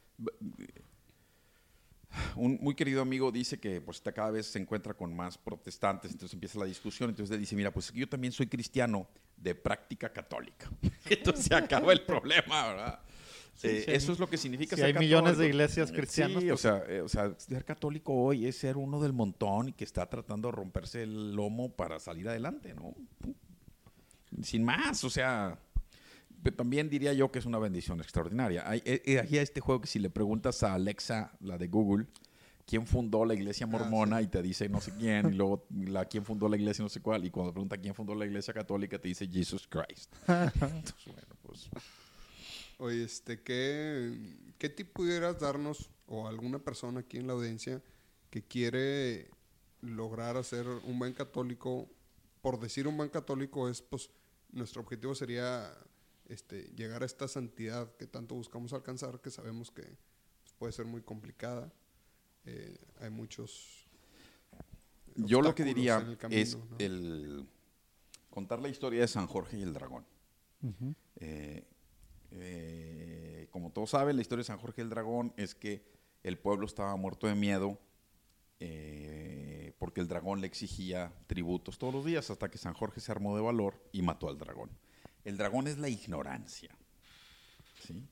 un muy querido amigo dice que pues cada vez se encuentra con más protestantes, entonces empieza la discusión, entonces él dice, mira, pues yo también soy cristiano de práctica católica. Entonces se acaba el problema, ¿verdad? Sí, Eso es lo que significa si ser hay católico. millones de iglesias cristianas, Sí, pues, o sea, ser católico hoy es ser uno del montón y que está tratando de romperse el lomo para salir adelante, ¿no? Sin más, o sea, pero también diría yo que es una bendición extraordinaria. Hay este juego que si le preguntas a Alexa, la de Google, quién fundó la iglesia mormona, y te dice no sé quién, y luego quién fundó la iglesia no sé cuál, y cuando pregunta quién fundó la iglesia católica te dice Jesus Christ. Entonces, bueno, pues... Oye, ¿qué tip pudieras darnos o alguna persona aquí en la audiencia que quiere lograr hacer un buen católico? Por decir un buen católico es, pues, nuestro objetivo sería llegar a esta santidad que tanto buscamos alcanzar, que sabemos que pues, puede ser muy complicada. Hay muchos Yo lo que obstáculos diría en el camino, es ¿no? el contar la historia de San Jorge y el dragón. ujú. Como todos saben, la historia de San Jorge y el dragón es que el pueblo estaba muerto de miedo porque el dragón le exigía tributos todos los días hasta que San Jorge se armó de valor y mató al dragón. El dragón es la ignorancia, ¿sí?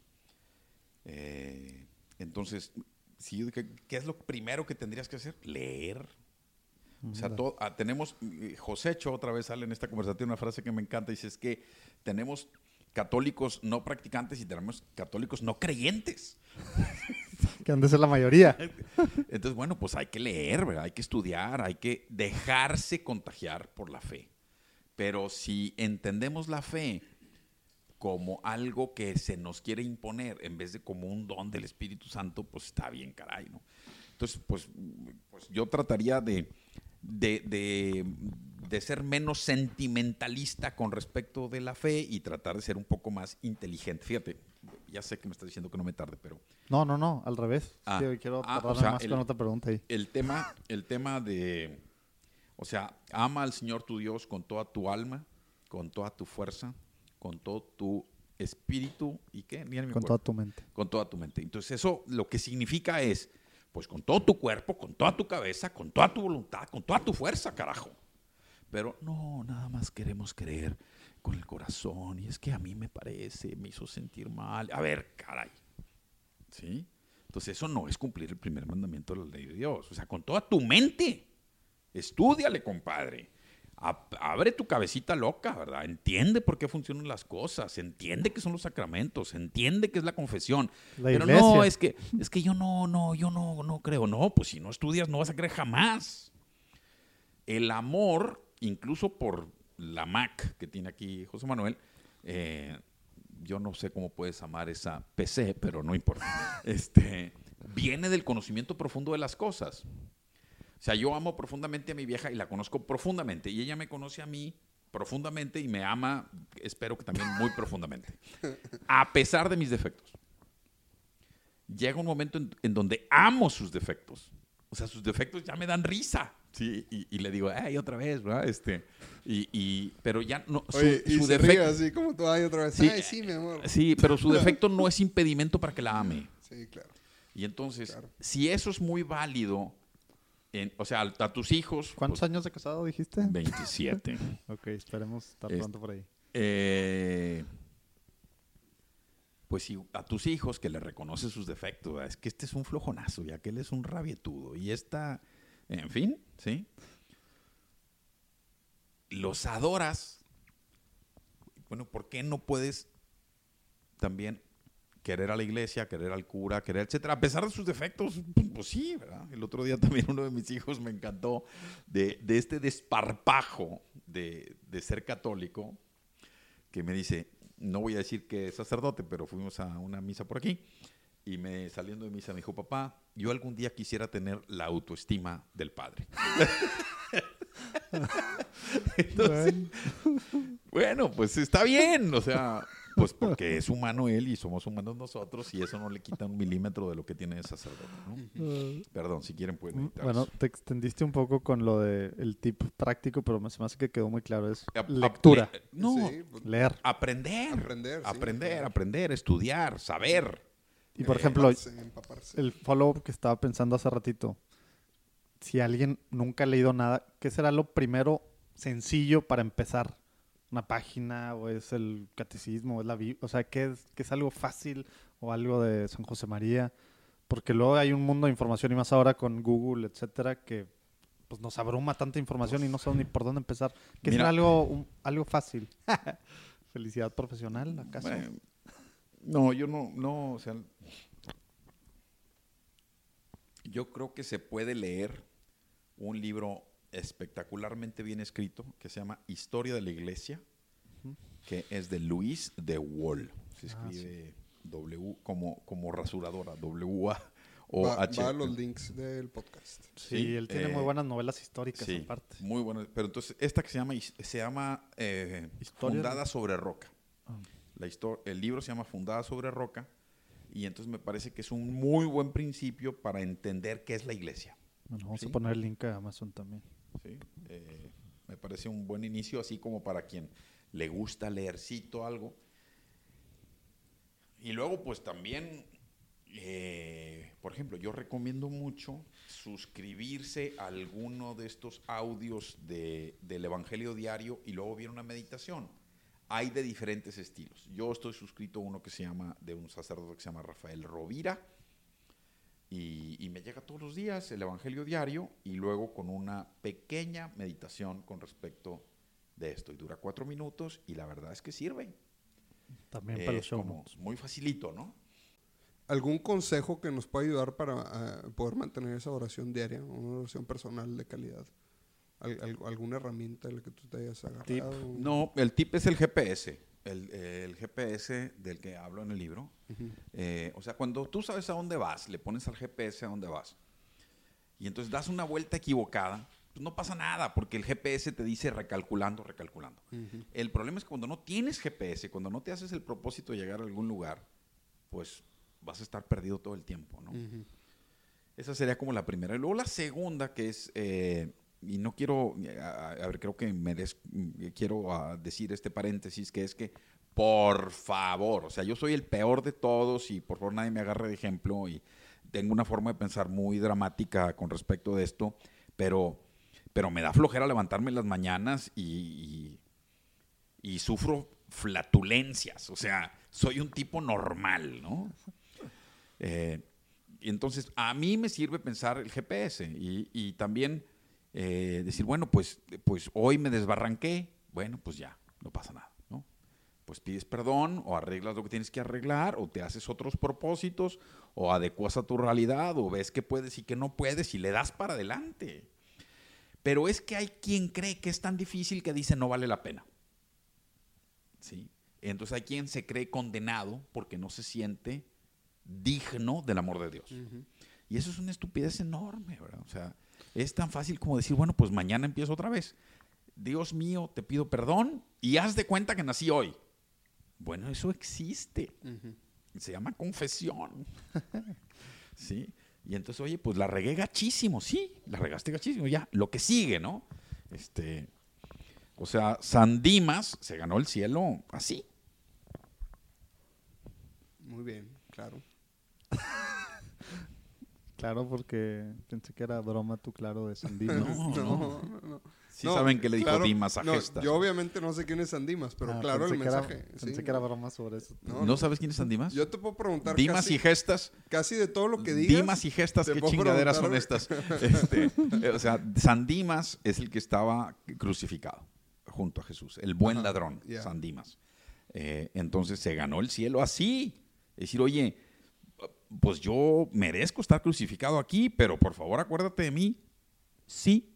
Entonces, ¿qué es lo primero que tendrías que hacer? Leer. O sea, tenemos, Josécho otra vez sale en esta conversación una frase que me encanta, dice, es que tenemos católicos no practicantes y tenemos católicos no creyentes. Que han de ser la mayoría. Entonces, bueno, pues hay que leer, ¿verdad? Hay que estudiar, hay que dejarse contagiar por la fe. Pero si entendemos la fe como algo que se nos quiere imponer en vez de como un don del Espíritu Santo, pues está bien, caray, ¿no? Entonces, pues yo trataría de ser menos sentimentalista con respecto de la fe y tratar de ser un poco más inteligente. Fíjate, ya sé que me estás diciendo que no me tarde, pero... No, al revés. Quiero tardarme o sea, más con otra pregunta ahí. El tema de... O sea, ama al Señor tu Dios con toda tu alma, con toda tu fuerza, con todo tu espíritu y ¿qué? Con toda tu mente. Con toda tu mente. Entonces eso lo que significa es, pues con todo tu cuerpo, con toda tu cabeza, con toda tu voluntad, con toda tu fuerza, carajo. Pero no, nada más queremos creer con el corazón y es que a mí me parece, me hizo sentir mal. A ver, caray. ¿Sí? Entonces eso no es cumplir el primer mandamiento de la ley de Dios. O sea, con toda tu mente. Estúdiale, compadre. Abre tu cabecita loca, ¿verdad? Entiende por qué funcionan las cosas, entiende qué son los sacramentos, entiende qué es la confesión. Pero no, es que yo no creo. No, pues si no estudias no vas a creer jamás. El amor, incluso por la Mac que tiene aquí José Manuel, yo no sé cómo puedes amar esa PC, pero no importa. Viene del conocimiento profundo de las cosas. O sea, yo amo profundamente a mi vieja y la conozco profundamente. Y ella me conoce a mí profundamente y me ama, espero que también muy profundamente. A pesar de mis defectos. Llega un momento en donde amo sus defectos. O sea, sus defectos ya me dan risa. ¿Sí? Y le digo, ¡ay, otra vez! ¿verdad? Pero ya no... Oye, su defecto... así como tú, ¡ay, otra vez! Sí, ¡Ay, sí, mi amor! Sí, pero su defecto no es impedimento para que la ame. Sí, claro. Y entonces, Claro. si eso es muy válido... o sea, a tus hijos... ¿Cuántos pues, años de casado dijiste? 27. Ok, esperemos estar pronto por ahí. Pues si a tus hijos que le reconoces sus defectos, ¿verdad? Es que este es un flojonazo y aquel es un rabietudo y esta... En fin, ¿sí? Los adoras. Bueno, ¿por qué no puedes también querer a la iglesia, querer al cura, querer, etcétera, a pesar de sus defectos, pues sí, ¿verdad? El otro día también uno de mis hijos me encantó de este desparpajo de ser católico, que me dice, no voy a decir que es sacerdote, pero fuimos a una misa por aquí, y saliendo de misa me dijo, papá, yo algún día quisiera tener la autoestima del padre. Entonces, bueno, pues está bien, o sea, pues porque es humano él y somos humanos nosotros, y eso no le quita un milímetro de lo que tiene de sacerdote, ¿no? Perdón, si quieren pueden editar. Bueno, te extendiste un poco con lo del tip práctico, pero se me hace que quedó muy claro, es lectura. No, Sí, pues, Leer. aprender, estudiar, saber. Y por ejemplo, empaparse. el follow-up que estaba pensando hace ratito, si alguien nunca ha leído nada, ¿qué será lo primero sencillo para empezar? ¿Una página o es el catecismo, es la Biblia? O sea, ¿qué es algo fácil o algo de San José María? Porque luego hay un mundo de información y más ahora con Google, etcétera, que pues nos abruma tanta información y no sabemos ni por dónde empezar. ¿Qué será algo fácil? ¿Felicidad profesional, acaso? Bueno, no, yo no, o sea, yo creo que se puede leer un libro espectacularmente bien escrito que se llama Historia de la Iglesia, que es de Luis de Wohl. Se escribe W como rasuradora, W-A-O-H. Va a los links del podcast. Sí, él tiene muy buenas novelas históricas aparte. Muy buenas. Pero entonces, esta que se llama Fundada sobre Roca. El libro se llama Fundada sobre Roca, y entonces me parece que es un muy buen principio para entender qué es la iglesia. Bueno, vamos a poner el link a Amazon también. Sí, me parece un buen inicio, así como para quien le gusta leercito algo. Y luego, pues también, por ejemplo, yo recomiendo mucho suscribirse a alguno de estos audios del Evangelio Diario y luego viene una meditación. Hay de diferentes estilos. Yo estoy suscrito a uno que se llama, de un sacerdote que se llama Rafael Rovira, y me llega todos los días el Evangelio Diario y luego con una pequeña meditación con respecto de esto. Y dura 4 minutos y la verdad es que sirve. También para los show como notes. muy facilito, ¿no? ¿Algún consejo que nos pueda ayudar para poder mantener esa oración diaria, una oración personal de calidad? ¿Alguna herramienta de la que tú te hayas agarrado? No, el tip es el GPS. El GPS del que hablo en el libro. O sea, cuando tú sabes a dónde vas, le pones al GPS a dónde vas, y entonces das una vuelta equivocada, pues no pasa nada, porque el GPS te dice recalculando. El problema es que cuando no tienes GPS, cuando no te haces el propósito de llegar a algún lugar, pues vas a estar perdido todo el tiempo, ¿no? Esa sería como la primera. Y luego la segunda, que es... y no quiero, creo que quiero decir este paréntesis, que es que, por favor, o sea, yo soy el peor de todos y por favor nadie me agarre de ejemplo, y tengo una forma de pensar muy dramática con respecto de esto, pero me da flojera levantarme en las mañanas y sufro flatulencias, o sea, soy un tipo normal, ¿no? Y entonces, a mí me sirve pensar el GPS y también... decir, bueno, pues hoy me desbarranqué, bueno, pues ya, no pasa nada, ¿no? Pues pides perdón o arreglas lo que tienes que arreglar o te haces otros propósitos o adecuas a tu realidad o ves que puedes y que no puedes y le das para adelante. Pero es que hay quien cree que es tan difícil que dice no vale la pena, ¿sí? Entonces hay quien se cree condenado porque no se siente digno del amor de Dios. Y eso es una estupidez enorme, ¿verdad? O sea, es tan fácil como decir, bueno, pues mañana empiezo otra vez. Dios mío, te pido perdón y haz de cuenta que nací hoy. Bueno, eso existe. Se llama confesión. ¿Sí? Y entonces, oye, pues la regué gachísimo. Sí, la regaste gachísimo. Ya, lo que sigue, ¿no? O sea, San Dimas se ganó el cielo así. Muy bien, claro. Claro, porque pensé que era broma tú, claro, de San Dimas. No. Sí, saben que le dijo claro, Dimas a Gestas. Yo obviamente no sé quién es San Dimas, pero claro el mensaje. Pensé que era broma sobre eso. ¿No sabes quién es San Dimas? Yo te puedo preguntar Dimas y Gestas. Casi de todo lo que digas. Dimas y Gestas, qué chingaderas son estas. O sea, San Dimas es el que estaba crucificado junto a Jesús. El buen ladrón, San Dimas. Entonces se ganó el cielo así. Decir, oye, pues yo merezco estar crucificado aquí, pero por favor acuérdate de mí. Sí.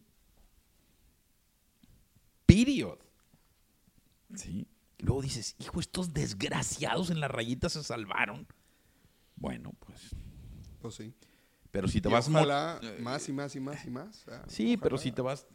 Period. ¿Sí? Y luego dices, hijo, estos desgraciados en la rayita se salvaron. Bueno, pues... Pues sí. Pero si te Y vas... ojalá más y más y más y más. O sea, sí, ojalá. pero si te vas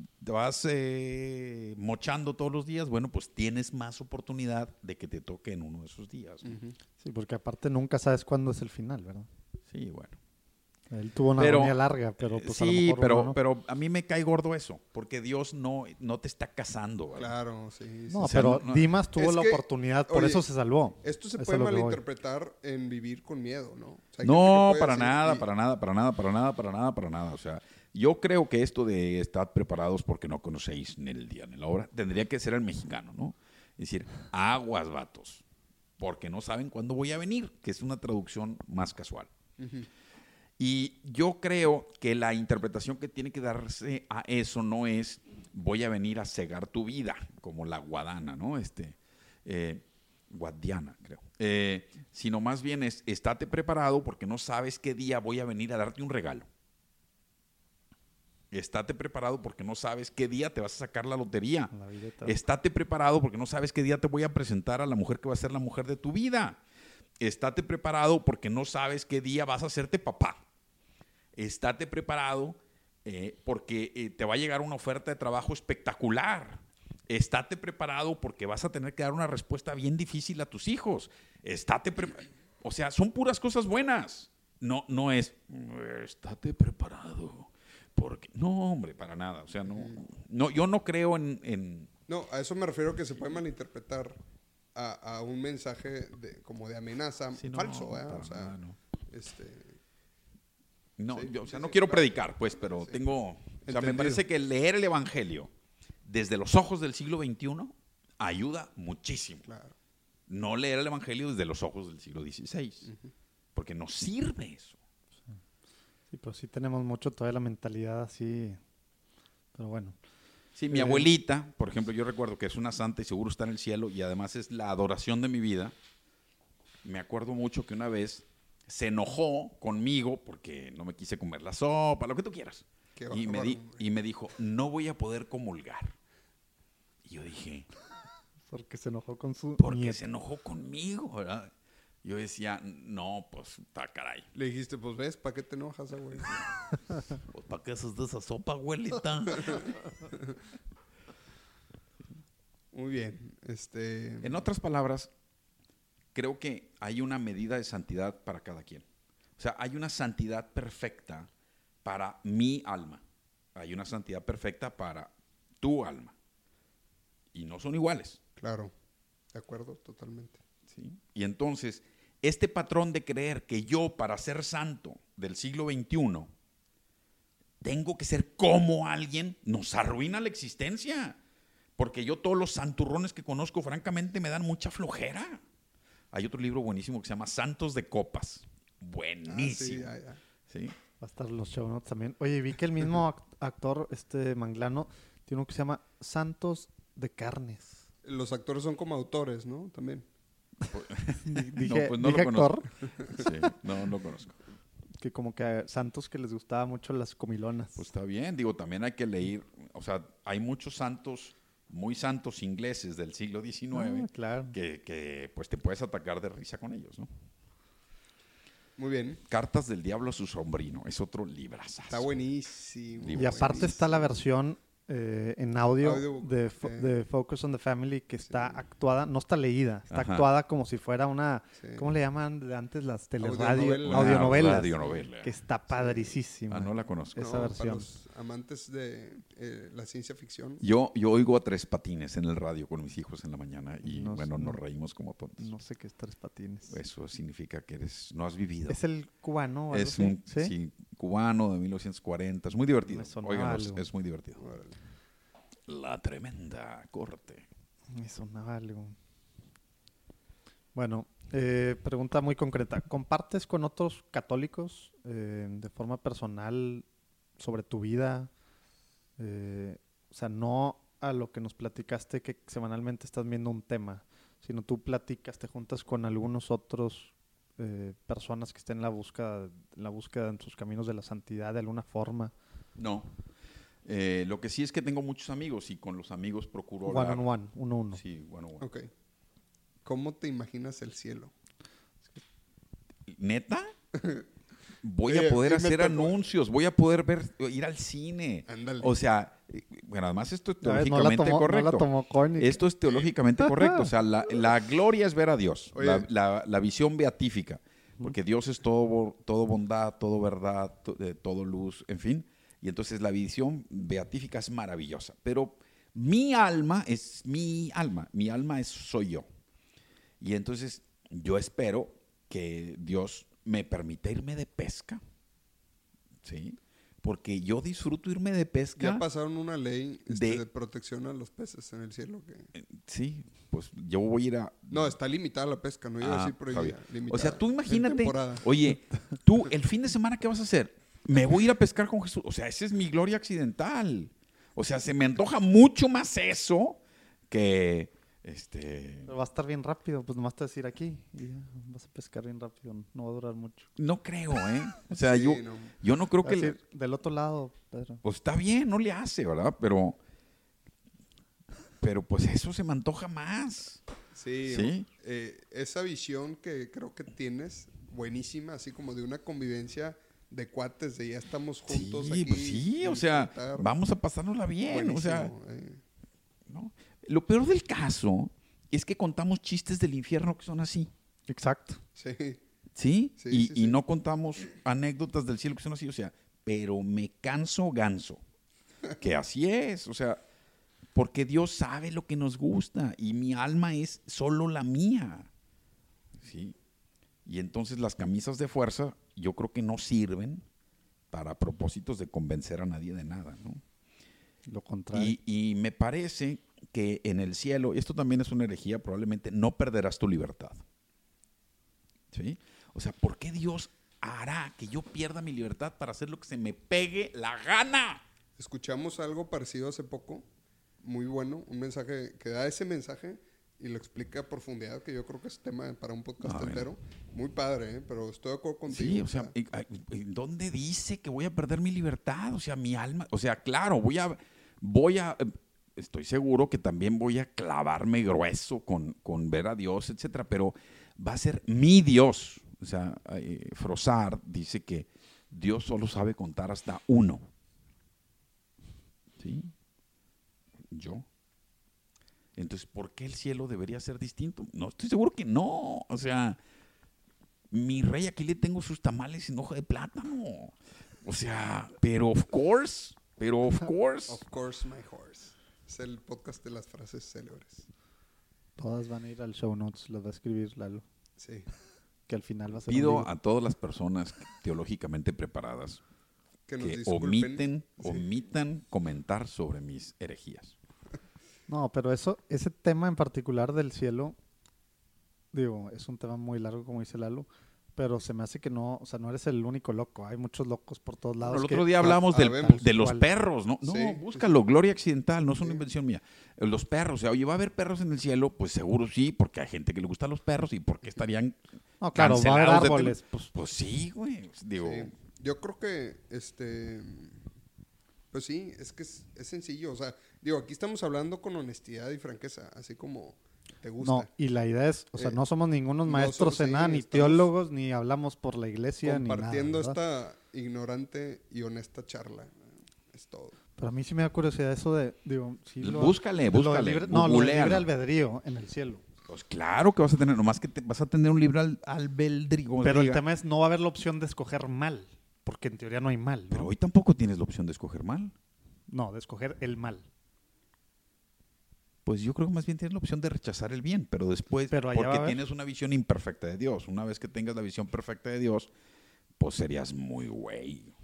mochando todos los días, bueno, pues tienes más oportunidad de que te toque en uno de esos días, ¿no? Ujú. Sí, porque aparte nunca sabes cuándo es el final, ¿verdad? Sí, bueno. Él tuvo una agonía larga, pero pues a lo sí, mejor uno no. pero a mí me cae gordo eso, porque Dios no te está casando, ¿verdad? Claro, sí. sí, No, sí. pero no- Dimas tuvo Es la que, oportunidad, por oye, eso se salvó. Esto se Eso puede es lo que voy. malinterpretar en vivir con miedo, ¿no? O sea, hay gente No, que puede para decir, nada, y- para nada, para nada, para nada, para nada, para nada. O sea, yo creo que esto de estad preparados porque no conocéis ni el día ni la hora, tendría que ser el mexicano, ¿no? Es decir, aguas, vatos, porque no saben cuándo voy a venir, que es una traducción más casual. Ujú. Y yo creo que la interpretación que tiene que darse a eso no es voy a venir a cegar tu vida, como la guadana, ¿no? Guadiana, creo. Sino más bien es estate preparado porque no sabes qué día voy a venir a darte un regalo. Estate preparado porque no sabes qué día te vas a sacar la lotería. La vida está- Estate preparado porque no sabes qué día te voy a presentar a la mujer que va a ser la mujer de tu vida. Estate preparado porque no sabes qué día vas a hacerte papá. Estate preparado porque te va a llegar una oferta de trabajo espectacular. Estate preparado porque vas a tener que dar una respuesta bien difícil a tus hijos. O sea, son puras cosas buenas. No es, estate preparado. Porque, no, hombre, para nada. O sea, no, yo no creo en No, a eso me refiero que se puede malinterpretar a un mensaje como de amenaza sí, no, falso, ¿verdad? para O sea, nada, no. No, No, sí, yo, o sea, sí, no sí, quiero claro. predicar, pues, pero Sí. tengo... O sea, me Entendido. parece que leer el Evangelio desde los ojos del siglo XXI ayuda muchísimo. Claro. No leer el Evangelio desde los ojos del siglo XVI. Porque no sirve eso. Sí, pero sí tenemos mucho todavía la mentalidad así. Pero bueno. Sí, mi abuelita, por ejemplo, yo recuerdo que es una santa y seguro está en el cielo y además es la adoración de mi vida. Me acuerdo mucho que una vez se enojó conmigo porque no me quise comer la sopa, lo que tú quieras. Qué Y bárbaro, hombre. me dijo, no voy a poder comulgar. Y yo dije, Porque se enojó con su porque nieto. se enojó conmigo, ¿verdad? Yo decía, no, pues, está caray. Le dijiste, pues ves, ¿para qué te enojas, güey? Pues, ¿para qué haces de esa sopa, abuelita? Muy bien. En otras palabras, creo que hay una medida de santidad para cada quien. O sea, hay una santidad perfecta para mi alma. Hay una santidad perfecta para tu alma. Y no son iguales. Claro. De acuerdo, totalmente. ¿Sí? Y entonces, este patrón de creer que yo, para ser santo del siglo XXI, tengo que ser como alguien, nos arruina la existencia. Porque yo todos los santurrones que conozco, francamente, me dan mucha flojera. Hay otro libro buenísimo que se llama Santos de Copas. Buenísimo. Ah, sí, ya. ¿Sí? Va a estar los show notes también. Oye, vi que el mismo actor, Manglano, tiene uno que se llama Santos de Carnes. Los actores son como autores, ¿no? También. Dije, pues no dije lo conozco. actor, Sí, no lo conozco. que como que a santos que les gustaba mucho las comilonas. Pues está bien, digo, también hay que leer, o sea, hay muchos santos, muy santos ingleses del siglo XIX, Ah, claro. que pues te puedes atacar de risa con ellos, ¿no? Muy bien. Cartas del Diablo a su sobrino, es otro librazazo. Está buenísimo. Y aparte está la versión en audio Audiobook, de Focus on the Family que está actuada, no está leída, está Ajá. actuada como si fuera una, Sí. ¿cómo le llaman de antes las Audionovela. audionovelas? Radionovela. Que está padricísima. Ah, no la conozco. esa Para versión. los amantes de la ciencia ficción. Yo oigo a Tres Patines en el radio con mis hijos en la mañana y No sé, bueno, nos no. reímos como tontos. No sé qué es Tres Patines. Eso significa que no has vivido. ¿Es el cubano? o algo Es así? un ¿Sí? sí, cubano de 1940. Es muy divertido. Me sonaba Óiganlo, algo. es muy divertido. Órale. La tremenda corte. Me sonaba algo. Bueno, pregunta muy concreta. ¿Compartes con otros católicos de forma personal sobre tu vida? O sea, no a lo que nos platicaste que semanalmente estás viendo un tema, sino tú platicas, te juntas con algunos otros personas que estén en la búsqueda en sus caminos de la santidad de alguna forma. No. Lo que sí es que tengo muchos amigos y con los amigos procuro One hablar. on one, uno a uno. Sí, one on one. Ok. ¿Cómo te imaginas el cielo? ¿Neta? Voy a poder hacer anuncios, voy a poder ir al cine. Ándale. O sea, bueno, además esto es Ya ves, teológicamente correcto. No la tomó Corny. Esto es teológicamente correcto. O sea, la gloria es ver a Dios. Oye. La visión beatífica. Porque Dios es todo bondad, todo verdad, todo luz, en fin. Y entonces la visión beatífica es maravillosa. Pero mi alma es mi alma. Mi alma soy yo. Y entonces yo espero que Dios me permita irme de pesca. ¿Sí? Porque yo disfruto irme de pesca. Ya pasaron una ley de protección a los peces en el cielo. Sí, pues yo voy a ir a... No, está limitada la pesca, no iba a decir prohibida. O sea, tú imagínate, temporada. oye, tú el fin de semana, ¿qué vas a hacer? Me voy a ir a pescar con Jesús. O sea, esa es mi gloria accidental. O sea, se me antoja mucho más eso que... Pero va a estar bien rápido, pues nomás te vas a ir aquí y ya, vas a pescar bien rápido, no va a durar mucho. No creo, ¿eh? O sea, Sí, yo no creo que... Decir, del otro lado, Pedro. Pues está bien, no le hace, ¿verdad? Pero pues eso se me antoja más. Sí. ¿Sí? Esa visión que creo que tienes, buenísima, así como de una convivencia de cuates, de ya estamos juntos Sí, aquí. pues sí, o sea, disfrutar. vamos a pasárnosla bien, Buenísimo, o sea, ¿no? Lo peor del caso es que contamos chistes del infierno que son así, Exacto. Sí. ¿sí? Sí, y sí. no contamos anécdotas del cielo que son así, o sea, pero me canso ganso, que así es, o sea, porque Dios sabe lo que nos gusta y mi alma es solo la mía, ¿sí? Y entonces las camisas de fuerza yo creo que no sirven para propósitos de convencer a nadie de nada, ¿no? Lo contrario. Y me parece que en el cielo, esto también es una herejía, probablemente no perderás tu libertad. ¿Sí? O sea, ¿por qué Dios hará que yo pierda mi libertad para hacer lo que se me pegue la gana? Escuchamos algo parecido hace poco, muy bueno, un mensaje que da ese mensaje y lo explica a profundidad, que yo creo que es tema para un podcast entero. Muy padre, pero estoy de acuerdo contigo. Sí, o sea, ¿dónde dice que voy a perder mi libertad? O sea, mi alma, o sea, claro, estoy seguro que también voy a clavarme grueso con ver a Dios, etcétera, pero va a ser mi Dios. O sea, Frossard dice que Dios solo sabe contar hasta 1. ¿Sí? Yo. Entonces, ¿por qué el cielo debería ser distinto? No, estoy seguro que no. O sea, mi rey, aquí le tengo sus tamales en hoja de plátano. O sea, pero of course. Of course, my horse. Es el podcast de las frases célebres. Todas van a ir al show notes, las va a escribir Lalo. Sí. Que al final va a ser Pido a todas las personas teológicamente preparadas Que nos que disculpen. omitan comentar sobre mis herejías. No, pero ese tema en particular del cielo, digo, es un tema muy largo, como dice Lalo, pero se me hace que no, o sea, no eres el único loco. Hay muchos locos por todos lados. El otro día hablamos de los igual. perros, ¿no? No, Sí. búscalo, gloria accidental, no es una invención mía. Los perros, o sea, oye, ¿va a haber perros en el cielo? Pues seguro sí, porque hay gente que le gusta los perros y porque estarían No, claro, va a haber cancelados de árboles. Pues sí, güey. Digo, Sí. Yo creo que, pues sí, es que es sencillo. O sea, digo, aquí estamos hablando con honestidad y franqueza, así como te gusta. No, y la idea es, o sea, no somos ningunos no maestros somos- en sí, nada, ni estamos teólogos, ni hablamos por la iglesia, ni nada. Compartiendo ¿verdad? esta ignorante y honesta charla. Es todo. Pero a mí sí me da curiosidad eso de, digo, sí Búscale, lo del libre, no, lo del libre googlealo. albedrío en el cielo. Pues claro que vas a tener, nomás que vas a tener un libre albedrío. como Pero se el diga. tema es, no va a haber la opción de escoger mal, porque en teoría no hay mal, ¿no? Pero hoy tampoco tienes la opción de escoger mal. No, de escoger el mal. Pues yo creo que más bien tienes la opción de rechazar el bien, pero después, Pero allá va a porque haber. tienes una visión imperfecta de Dios. Una vez que tengas la visión perfecta de Dios, pues serías muy güey.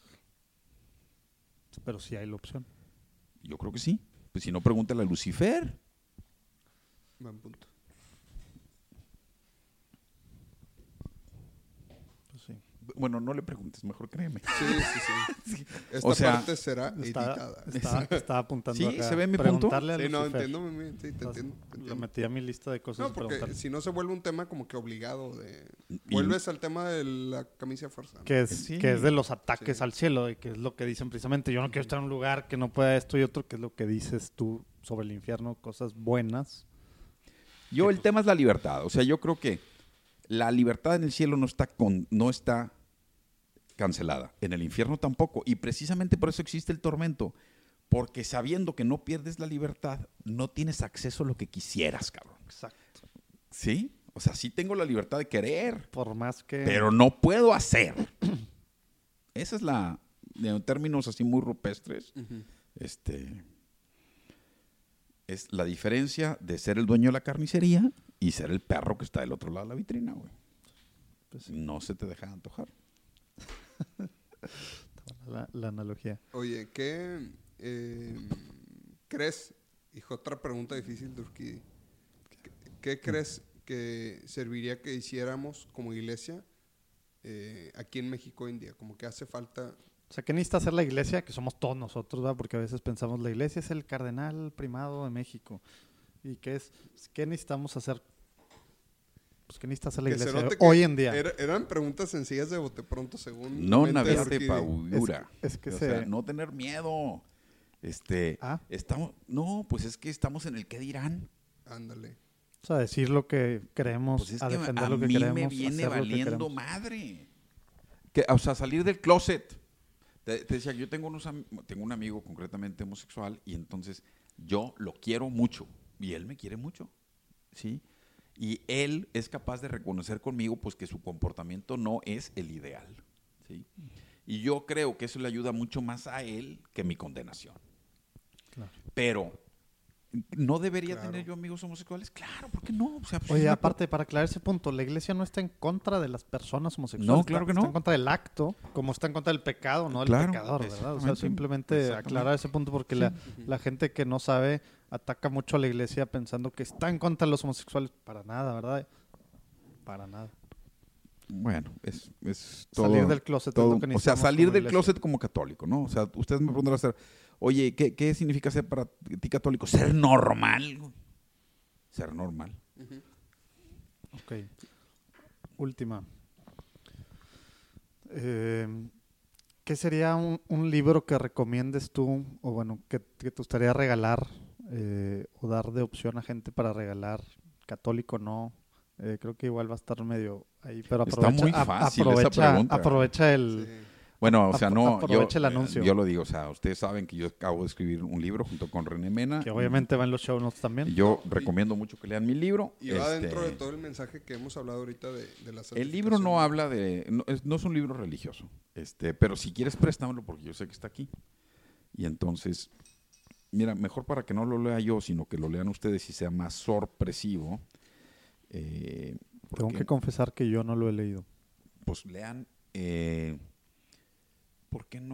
Pero sí hay la opción. Yo creo que sí. Pues si no, pregúntale a Lucifer. Buen punto. Pues sí. Bueno, no le preguntes, mejor créeme. Sí. Esta O sea, parte será editada. Estaba apuntando Sí, acá. ¿se ve mi punto? Preguntarle a Sí, no, Lucifer. entiendo, sí, te Lo entiendo. metí a mi lista de cosas. No, porque preguntarle. si no se vuelve un tema como que obligado de... Y- Vuelves al tema de la camisa de fuerza, ¿no? Que es, Sí. que es de los ataques Sí. al cielo, y que es lo que dicen precisamente. Yo no quiero estar en un lugar que no pueda esto y otro, que es lo que dices tú sobre el infierno, cosas buenas. El tema es la libertad. O sea, yo creo que la libertad en el cielo no está cancelada. En el infierno tampoco. Y precisamente por eso existe el tormento. Porque sabiendo que no pierdes la libertad, no tienes acceso a lo que quisieras, cabrón. Exacto. ¿Sí? O sea, sí tengo la libertad de querer, Por más que... pero no puedo hacer. Esa es en términos así muy rupestres, Ujú. Es la diferencia de ser el dueño de la carnicería y ser el perro que está del otro lado de la vitrina, güey. Pues, No se te deja antojar. la analogía. Oye, ¿qué crees? Hijo, otra pregunta difícil, Durkidi. ¿Qué crees que serviría que hiciéramos como iglesia aquí en México hoy en día? Como que hace falta... O sea, ¿qué necesita hacer la iglesia? Que somos todos nosotros, ¿verdad? Porque a veces pensamos, la iglesia es el cardenal primado de México. ¿Y qué necesitamos hacer? Pues, ¿qué necesita hacer la que se iglesia note que hoy en día? Eran preguntas sencillas de bote pronto, según... No mente de navegarte Durkidi. paudura. Es que O se- sea, no tener miedo. Pues es que estamos en el qué dirán. Ándale. O sea, decir lo que creemos, Pues es a que defender a lo que mí queremos, me viene hacer lo que valiendo queremos. madre. O sea, salir del closet. Te decía que yo tengo un amigo concretamente homosexual y entonces yo lo quiero mucho y él me quiere mucho, ¿sí? Y él es capaz de reconocer conmigo pues que su comportamiento no es el ideal, ¿sí? Y yo creo que eso le ayuda mucho más a él que mi condenación. Claro. Pero ¿no debería Claro. tener yo amigos homosexuales? Claro, ¿por qué no? O sea, pues, es Oye, una aparte, para aclarar ese punto, la iglesia no está en contra de las personas homosexuales. No, claro que Está no. en contra del acto, como está en contra del pecado, no del Claro, pecador, ¿verdad? O sea, exactamente, simplemente exactamente. aclarar ese punto porque la gente que no sabe ataca mucho a la iglesia pensando que está en contra de los homosexuales. Para nada, ¿verdad? Para nada. Bueno, es todo. Salir del closet es lo que O sea, necesitamos salir como del iglesia. closet como católico, ¿no? O sea, ustedes me preguntarán, oye, ¿qué significa ser para ti católico? Ser normal. Güey. Ser normal. Ok. Última. ¿Qué sería un libro que recomiendes tú, o bueno, que te gustaría regalar o dar de opción a gente para regalar, católico no? Creo que igual va a estar medio ahí, pero Está muy fácil esa pregunta. aprovecha el... Sí. Bueno, o sea, no, aprovecha el anuncio. yo lo digo, o sea, ustedes saben que yo acabo de escribir un libro junto con René Mena. Que obviamente va en los show notes también. Y yo recomiendo mucho que lean mi libro. Y va dentro de todo el mensaje que hemos hablado ahorita de la El libro no santificación. habla no es un libro religioso, pero si quieres préstamelo porque yo sé que está aquí. Y entonces, mira, mejor para que no lo lea yo, sino que lo lean ustedes y sea más sorpresivo. Tengo porque, que confesar que yo no lo he leído. pues lean, ¿por qué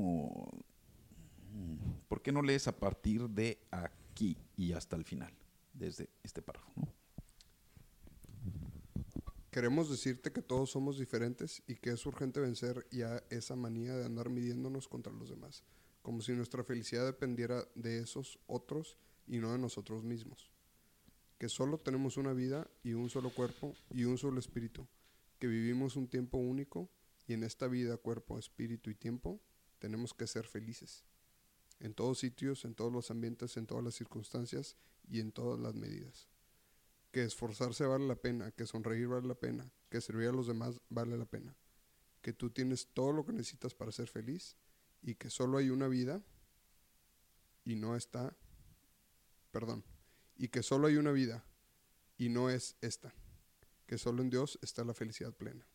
no lees a partir de aquí y hasta el final, desde este párrafo, ¿no? Queremos decirte que todos somos diferentes y que es urgente vencer ya esa manía de andar midiéndonos contra los demás, como si nuestra felicidad dependiera de esos otros y no de nosotros mismos. Que solo tenemos una vida y un solo cuerpo y un solo espíritu, que vivimos un tiempo único y en esta vida, cuerpo, espíritu y tiempo tenemos que ser felices. En todos sitios, en todos los ambientes, en todas las circunstancias y en todas las medidas. Que esforzarse vale la pena, que sonreír vale la pena, que servir a los demás vale la pena. Que tú tienes todo lo que necesitas para ser feliz y que solo hay una vida y no está, y que solo hay una vida y no es esta. Que solo en Dios está la felicidad plena.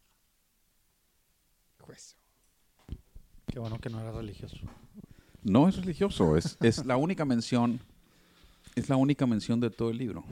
Juez. Qué bueno que no era religioso. No es religioso, es la única mención, de todo el libro.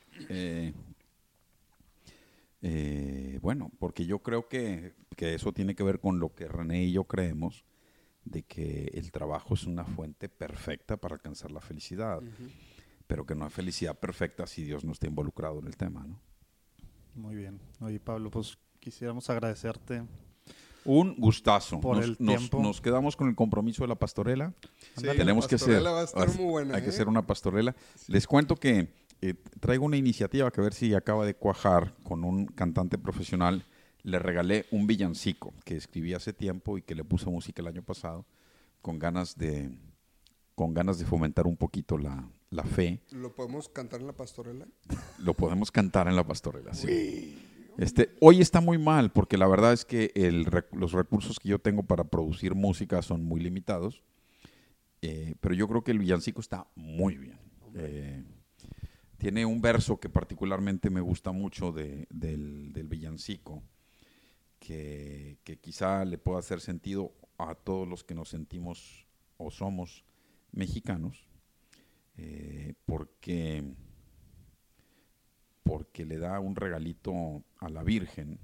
Bueno, porque yo creo que eso tiene que ver con lo que René y yo creemos, de que el trabajo es una fuente perfecta para alcanzar la felicidad, pero que no hay felicidad perfecta si Dios no está involucrado en el tema, ¿no? Muy bien. Oye, Pablo, pues quisiéramos agradecerte Un gustazo. Por el tiempo. Nos quedamos con el compromiso de la pastorela. Sí, Tenemos la que hacer. pastorela va a estar muy buena. Hay que hacer una pastorela. Les cuento que traigo una iniciativa que a ver si acaba de cuajar con un cantante profesional. Le regalé un villancico que escribí hace tiempo y que le puse música el año pasado con ganas de fomentar un poquito la fe. ¿Lo podemos cantar en la pastorela? Lo podemos cantar en la pastorela, sí. Hoy está muy mal porque la verdad es que los recursos que yo tengo para producir música son muy limitados, pero yo creo que el villancico está muy bien. Tiene un verso que particularmente me gusta mucho del villancico, que quizá le pueda hacer sentido a todos los que nos sentimos o somos mexicanos, porque le da un regalito a la Virgen.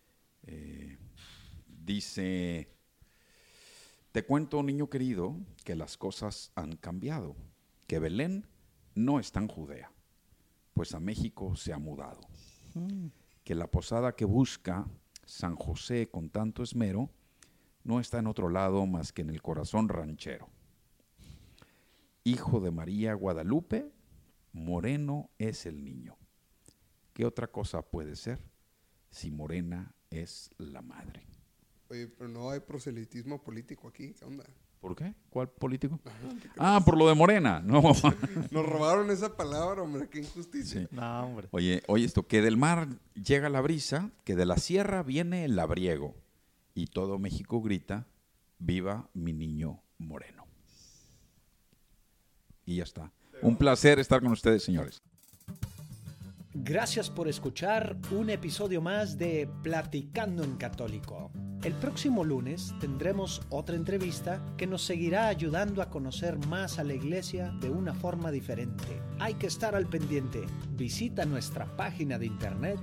Dice: te cuento, niño querido, que las cosas han cambiado, que Belén no está en Judea, pues a México se ha mudado, que la posada que busca San José con tanto esmero no está en otro lado más que en el corazón ranchero. Hijo de María Guadalupe, moreno es el niño. ¿Qué otra cosa puede ser si morena es la madre? Oye, pero no hay proselitismo político aquí. ¿Qué onda? ¿Por qué? ¿Cuál político? Por lo de Morena. No. Nos robaron esa palabra, hombre. Qué injusticia. Sí. No, hombre. Oye, esto, que del mar llega la brisa, que de la sierra viene el labriego, y todo México grita: viva mi niño moreno. Y ya está. Un placer estar con ustedes, señores. Gracias por escuchar un episodio más de Platicando en Católico. El próximo lunes tendremos otra entrevista que nos seguirá ayudando a conocer más a la Iglesia de una forma diferente. Hay que estar al pendiente. Visita nuestra página de internet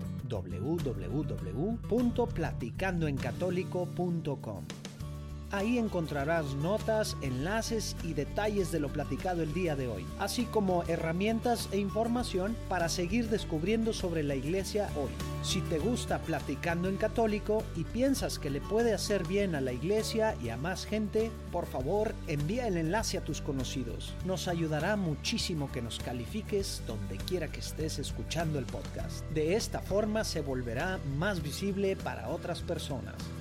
www.platicandoencatólico.com. Ahí encontrarás notas, enlaces y detalles de lo platicado el día de hoy, así como herramientas e información para seguir descubriendo sobre la Iglesia hoy. Si te gusta Platicando en Católico y piensas que le puede hacer bien a la Iglesia y a más gente, por favor, envía el enlace a tus conocidos. Nos ayudará muchísimo que nos califiques donde quiera que estés escuchando el podcast. De esta forma se volverá más visible para otras personas.